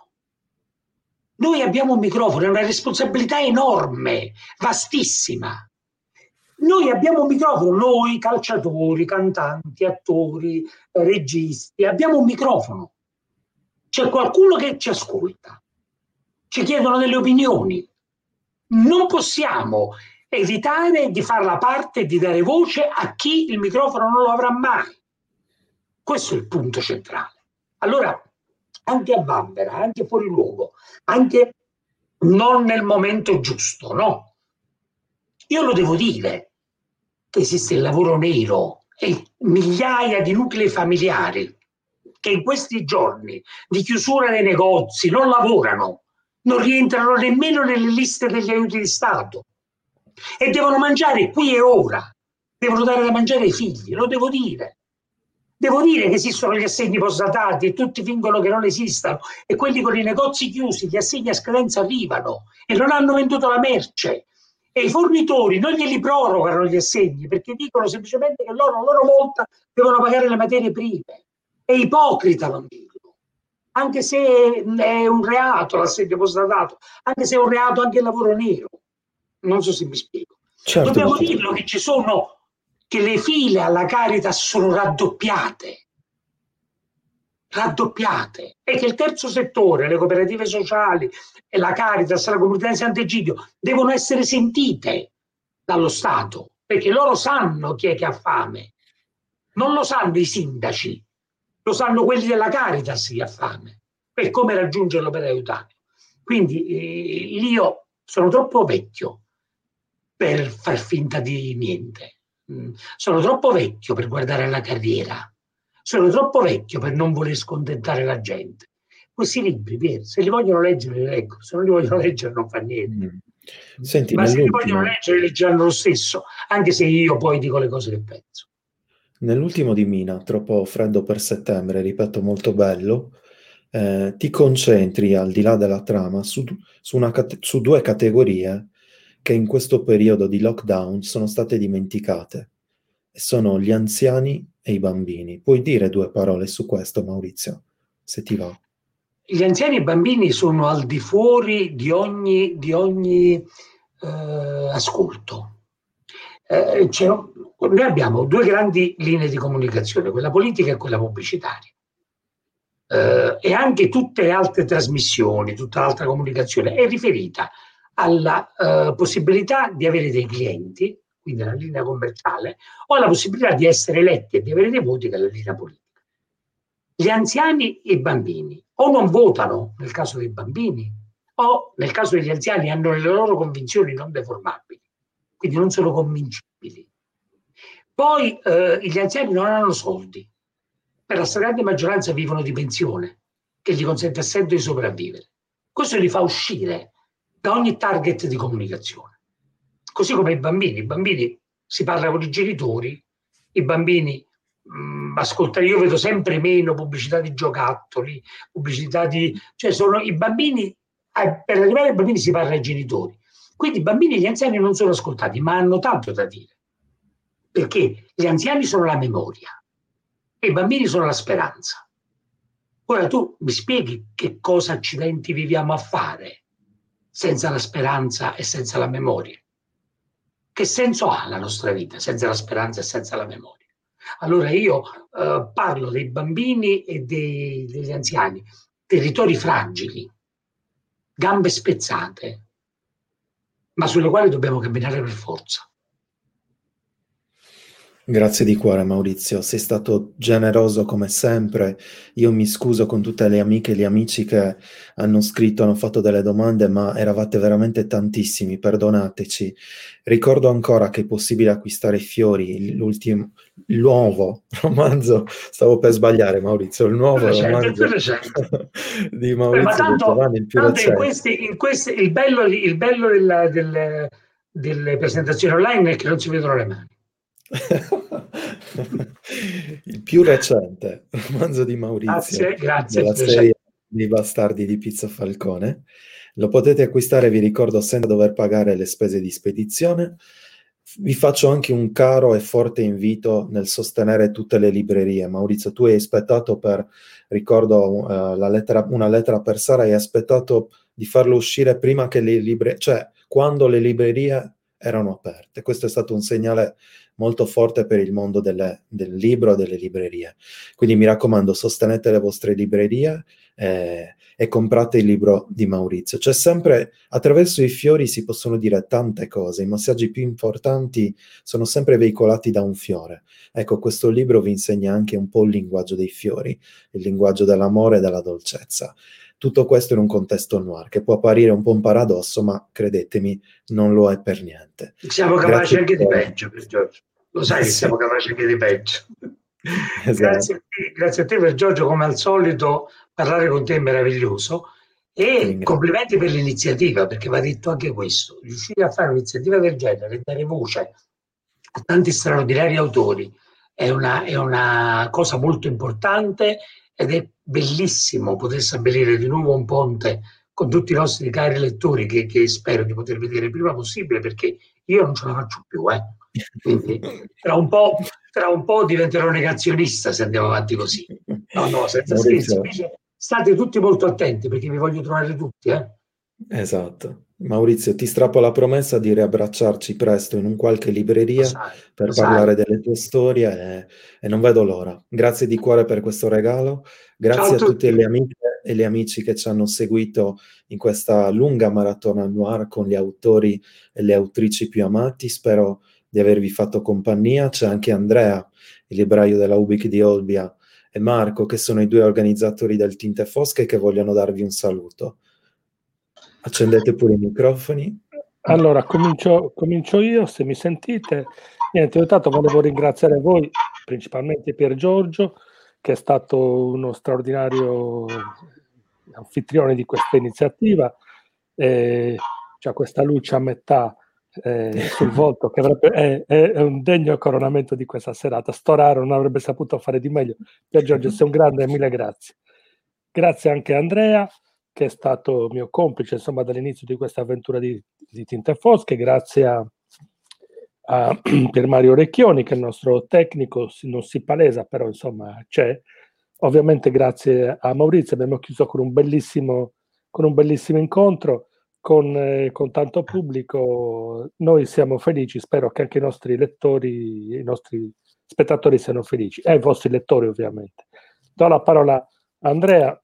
Noi abbiamo un microfono, è una responsabilità enorme, vastissima. Noi abbiamo un microfono, noi calciatori, cantanti, attori, registi, abbiamo un microfono. C'è qualcuno che ci ascolta, ci chiedono delle opinioni. Non possiamo evitare di fare la parte e di dare voce a chi il microfono non lo avrà mai. Questo è il punto centrale. Allora, anche a vanvera, anche fuori luogo, anche non nel momento giusto, no? Io lo devo dire che esiste il lavoro nero e migliaia di nuclei familiari che in questi giorni di chiusura dei negozi non lavorano, non rientrano nemmeno nelle liste degli aiuti di Stato e devono mangiare qui e ora, devono dare da mangiare ai figli, lo devo dire. Devo dire che esistono gli assegni postdatati e tutti fingono che non esistano e quelli con i negozi chiusi, gli assegni a scadenza arrivano e non hanno venduto la merce e i fornitori non glieli prorogano gli assegni perché dicono semplicemente che loro, a loro volta devono pagare le materie prime. È ipocrita non dirlo, anche se è un reato l'assegno postdatato, anche se è un reato anche il lavoro nero. Non so se mi spiego. Certo, Dobbiamo certo. dirlo che ci sono, che le file alla Caritas sono raddoppiate, raddoppiate, e che il terzo settore, le cooperative sociali e la Caritas, la comunità di Sant'Egidio, devono essere sentite dallo Stato, perché loro sanno chi è che ha fame. Non lo sanno i sindaci, lo sanno quelli della Caritas chi ha fame e come raggiungerlo per aiutarlo. Quindi eh, io sono troppo vecchio per far finta di niente. Mm. Sono troppo vecchio per guardare alla carriera. Sono troppo vecchio per non voler scontentare la gente. Questi libri, Pier, se li vogliono leggere, li leggo. Se non li vogliono leggere, non fa niente. Mm. Senti, Ma se li vogliono nell'ultimo, leggere, leggeranno lo stesso, anche se io poi dico le cose che penso. nell'ultimo di Mina, Troppo freddo per settembre, ripeto, molto bello, eh, ti concentri, al di là della trama, su, su una cate- su due categorie che in questo periodo di lockdown sono state dimenticate, e sono gli anziani e i bambini. Puoi dire due parole su questo, Maurizio, se ti va? Gli anziani e i bambini sono al di fuori di ogni, di ogni eh, ascolto. Eh, c'è, noi abbiamo due grandi linee di comunicazione, quella politica e quella pubblicitaria. Eh, e anche tutte le altre trasmissioni, tutta l'altra comunicazione è riferita alla eh, possibilità di avere dei clienti, quindi la linea commerciale, o alla possibilità di essere eletti e di avere dei voti, che è la linea politica. Gli anziani e i bambini o non votano nel caso dei bambini, o nel caso degli anziani hanno le loro convinzioni non deformabili, quindi non sono convincibili. Poi eh, gli anziani non hanno soldi, per la stragrande maggioranza vivono di pensione, che gli consente sempre di sopravvivere. Questo li fa uscire da ogni target di comunicazione. Così come i bambini. I bambini si parla con i genitori, i bambini mh, ascoltano, io vedo sempre meno pubblicità di giocattoli, pubblicità di... cioè sono i bambini, eh, per arrivare ai bambini si parla ai genitori. Quindi i bambini e gli anziani non sono ascoltati, ma hanno tanto da dire. Perché gli anziani sono la memoria e i bambini sono la speranza. Ora tu mi spieghi che cosa accidenti viviamo a fare senza la speranza e senza la memoria? Che senso ha la nostra vita senza la speranza e senza la memoria? Allora io eh, parlo dei bambini e dei, degli anziani, territori fragili, gambe spezzate, ma sulle quali dobbiamo camminare per forza. Grazie di cuore Maurizio, sei stato generoso come sempre. Io mi scuso con tutte le amiche e gli amici che hanno scritto, hanno fatto delle domande, ma eravate veramente tantissimi, perdonateci. Ricordo ancora che è possibile acquistare Fiori, l'ultimo, il nuovo romanzo, stavo per sbagliare Maurizio, il Più nuovo recente, più romanzo recente. di Beh, ma Maurizio De tanto, Giovanni, il più tanto in recente. questi, in questi, il bello, il bello della- delle, delle presentazioni online è che non si vedono le mani. Il più recente romanzo di Maurizio Grazie, grazie, della più recente. serie dei Bastardi di Pizzo Falcone. Lo potete acquistare, vi ricordo, senza dover pagare le spese di spedizione. Vi faccio anche un caro e forte invito nel sostenere tutte le librerie. Maurizio, tu hai aspettato per, ricordo, eh, la lettera- una lettera per Sara, hai aspettato di farlo uscire prima che le librerie, cioè quando le librerie erano aperte. Questo è stato un segnale molto forte per il mondo delle- del libro e delle librerie. Quindi mi raccomando, sostenete le vostre librerie eh, e comprate il libro di Maurizio. C'è sempre, attraverso i fiori si possono dire tante cose, i messaggi più importanti sono sempre veicolati da un fiore. Ecco, questo libro vi insegna anche un po' il linguaggio dei fiori, il linguaggio dell'amore e della dolcezza. Tutto questo in un contesto noir, che può apparire un po' un paradosso, ma credetemi, non lo è per niente. Siamo capaci Grazie anche di ancora. peggio, per Giorgio. Lo sai che Sì, siamo capaci anche di peggio. Grazie esatto, a te, grazie a te per Giorgio, come al solito parlare con te è meraviglioso ti e ringrazio. complimenti per l'iniziativa, perché va detto anche questo, riuscire a fare un'iniziativa del genere e dare voce a tanti straordinari autori è una, è una cosa molto importante ed è bellissimo poter stabilire di nuovo un ponte con tutti i nostri cari lettori che, che spero di poter vedere il prima possibile perché io non ce la faccio più, eh. Quindi tra un po', tra un po' diventerò negazionista se andiamo avanti così. No, no, senza scherzi, Maurizio, invece state tutti molto attenti perché vi voglio trovare tutti, eh. esatto. Maurizio, ti strappo la promessa di riabbracciarci presto in un qualche Lo libreria sai, lo per sai. parlare delle tue storie e, e non vedo l'ora. Grazie di cuore per questo regalo, Ciao a grazie a tutte tutti. le amiche e gli amici che ci hanno seguito in questa lunga maratona noir con gli autori e le autrici più amati. Spero di avervi fatto compagnia. C'è anche Andrea, il libraio della Ubic di Olbia, e Marco, che sono i due organizzatori del Tinte Fosche, che vogliono darvi un saluto. Accendete pure i microfoni. Allora, comincio, comincio io, se mi sentite. Niente, intanto volevo ringraziare voi, principalmente Pier Giorgio, che è stato uno straordinario anfitrione di questa iniziativa. Eh, c'ha questa luce a metà eh, sul volto che avrebbe, è, è- è un degno coronamento di questa serata. Sto raro, non avrebbe saputo fare di meglio. Pier Giorgio, sei un grande e mille grazie. Grazie anche a Andrea, che è stato mio complice insomma dall'inizio di questa avventura di, di Tinte Fosche, grazie a, a Pier Mario Orecchioni, che è il nostro tecnico, non si palesa, però insomma c'è. Ovviamente grazie a Maurizio abbiamo chiuso con un bellissimo, con un bellissimo incontro, con, eh, con tanto pubblico. Noi siamo felici, spero che anche i nostri lettori, i nostri spettatori siano felici, e i vostri lettori ovviamente. Do la parola a Andrea.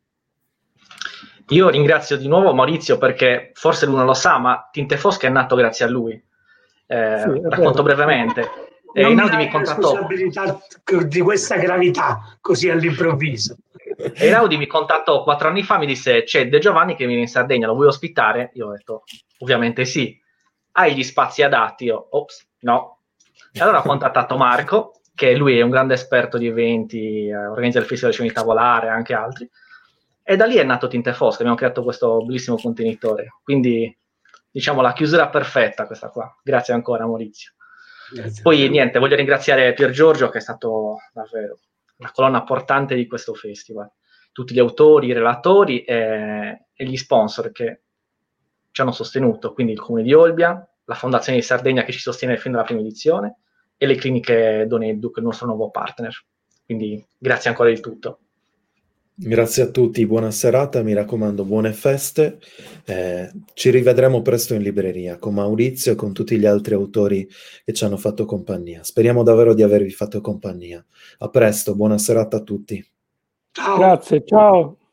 Io ringrazio di nuovo Maurizio perché forse lui non lo sa, ma Tinte Fosche è nato grazie a lui. Eh, Sì, è racconto vero. brevemente. Eh, Non mi Einaudi mi dai contattò. responsabilità di questa gravità così all'improvviso. Einaudi mi contattò quattro anni fa, mi disse c'è De Giovanni che viene in Sardegna, lo vuoi ospitare? Io ho detto ovviamente sì. Hai gli spazi adatti? Io, ops, no. E allora ho contattato Marco, che lui è un grande esperto di eventi, eh, organizza il Festival dei Cinema di Tavolare, anche altri. E da lì è nato Tinte Fosche, abbiamo creato questo bellissimo contenitore. Quindi, diciamo, la chiusura perfetta questa qua. Grazie ancora, Maurizio. Grazie a Poi, te. niente, voglio ringraziare Pier Giorgio, che è stato davvero la colonna portante di questo festival. Tutti gli autori, i relatori e, e gli sponsor che ci hanno sostenuto, quindi il Comune di Olbia, la Fondazione di Sardegna che ci sostiene fin dalla prima edizione e le cliniche Don Educ, il nostro nuovo partner. Quindi grazie ancora di tutto. Grazie a tutti, buona serata, mi raccomando, buone feste. Eh, ci rivedremo presto in libreria con Maurizio e con tutti gli altri autori che ci hanno fatto compagnia. Speriamo davvero di avervi fatto compagnia. A presto, buona serata a tutti. Ciao. Grazie, ciao.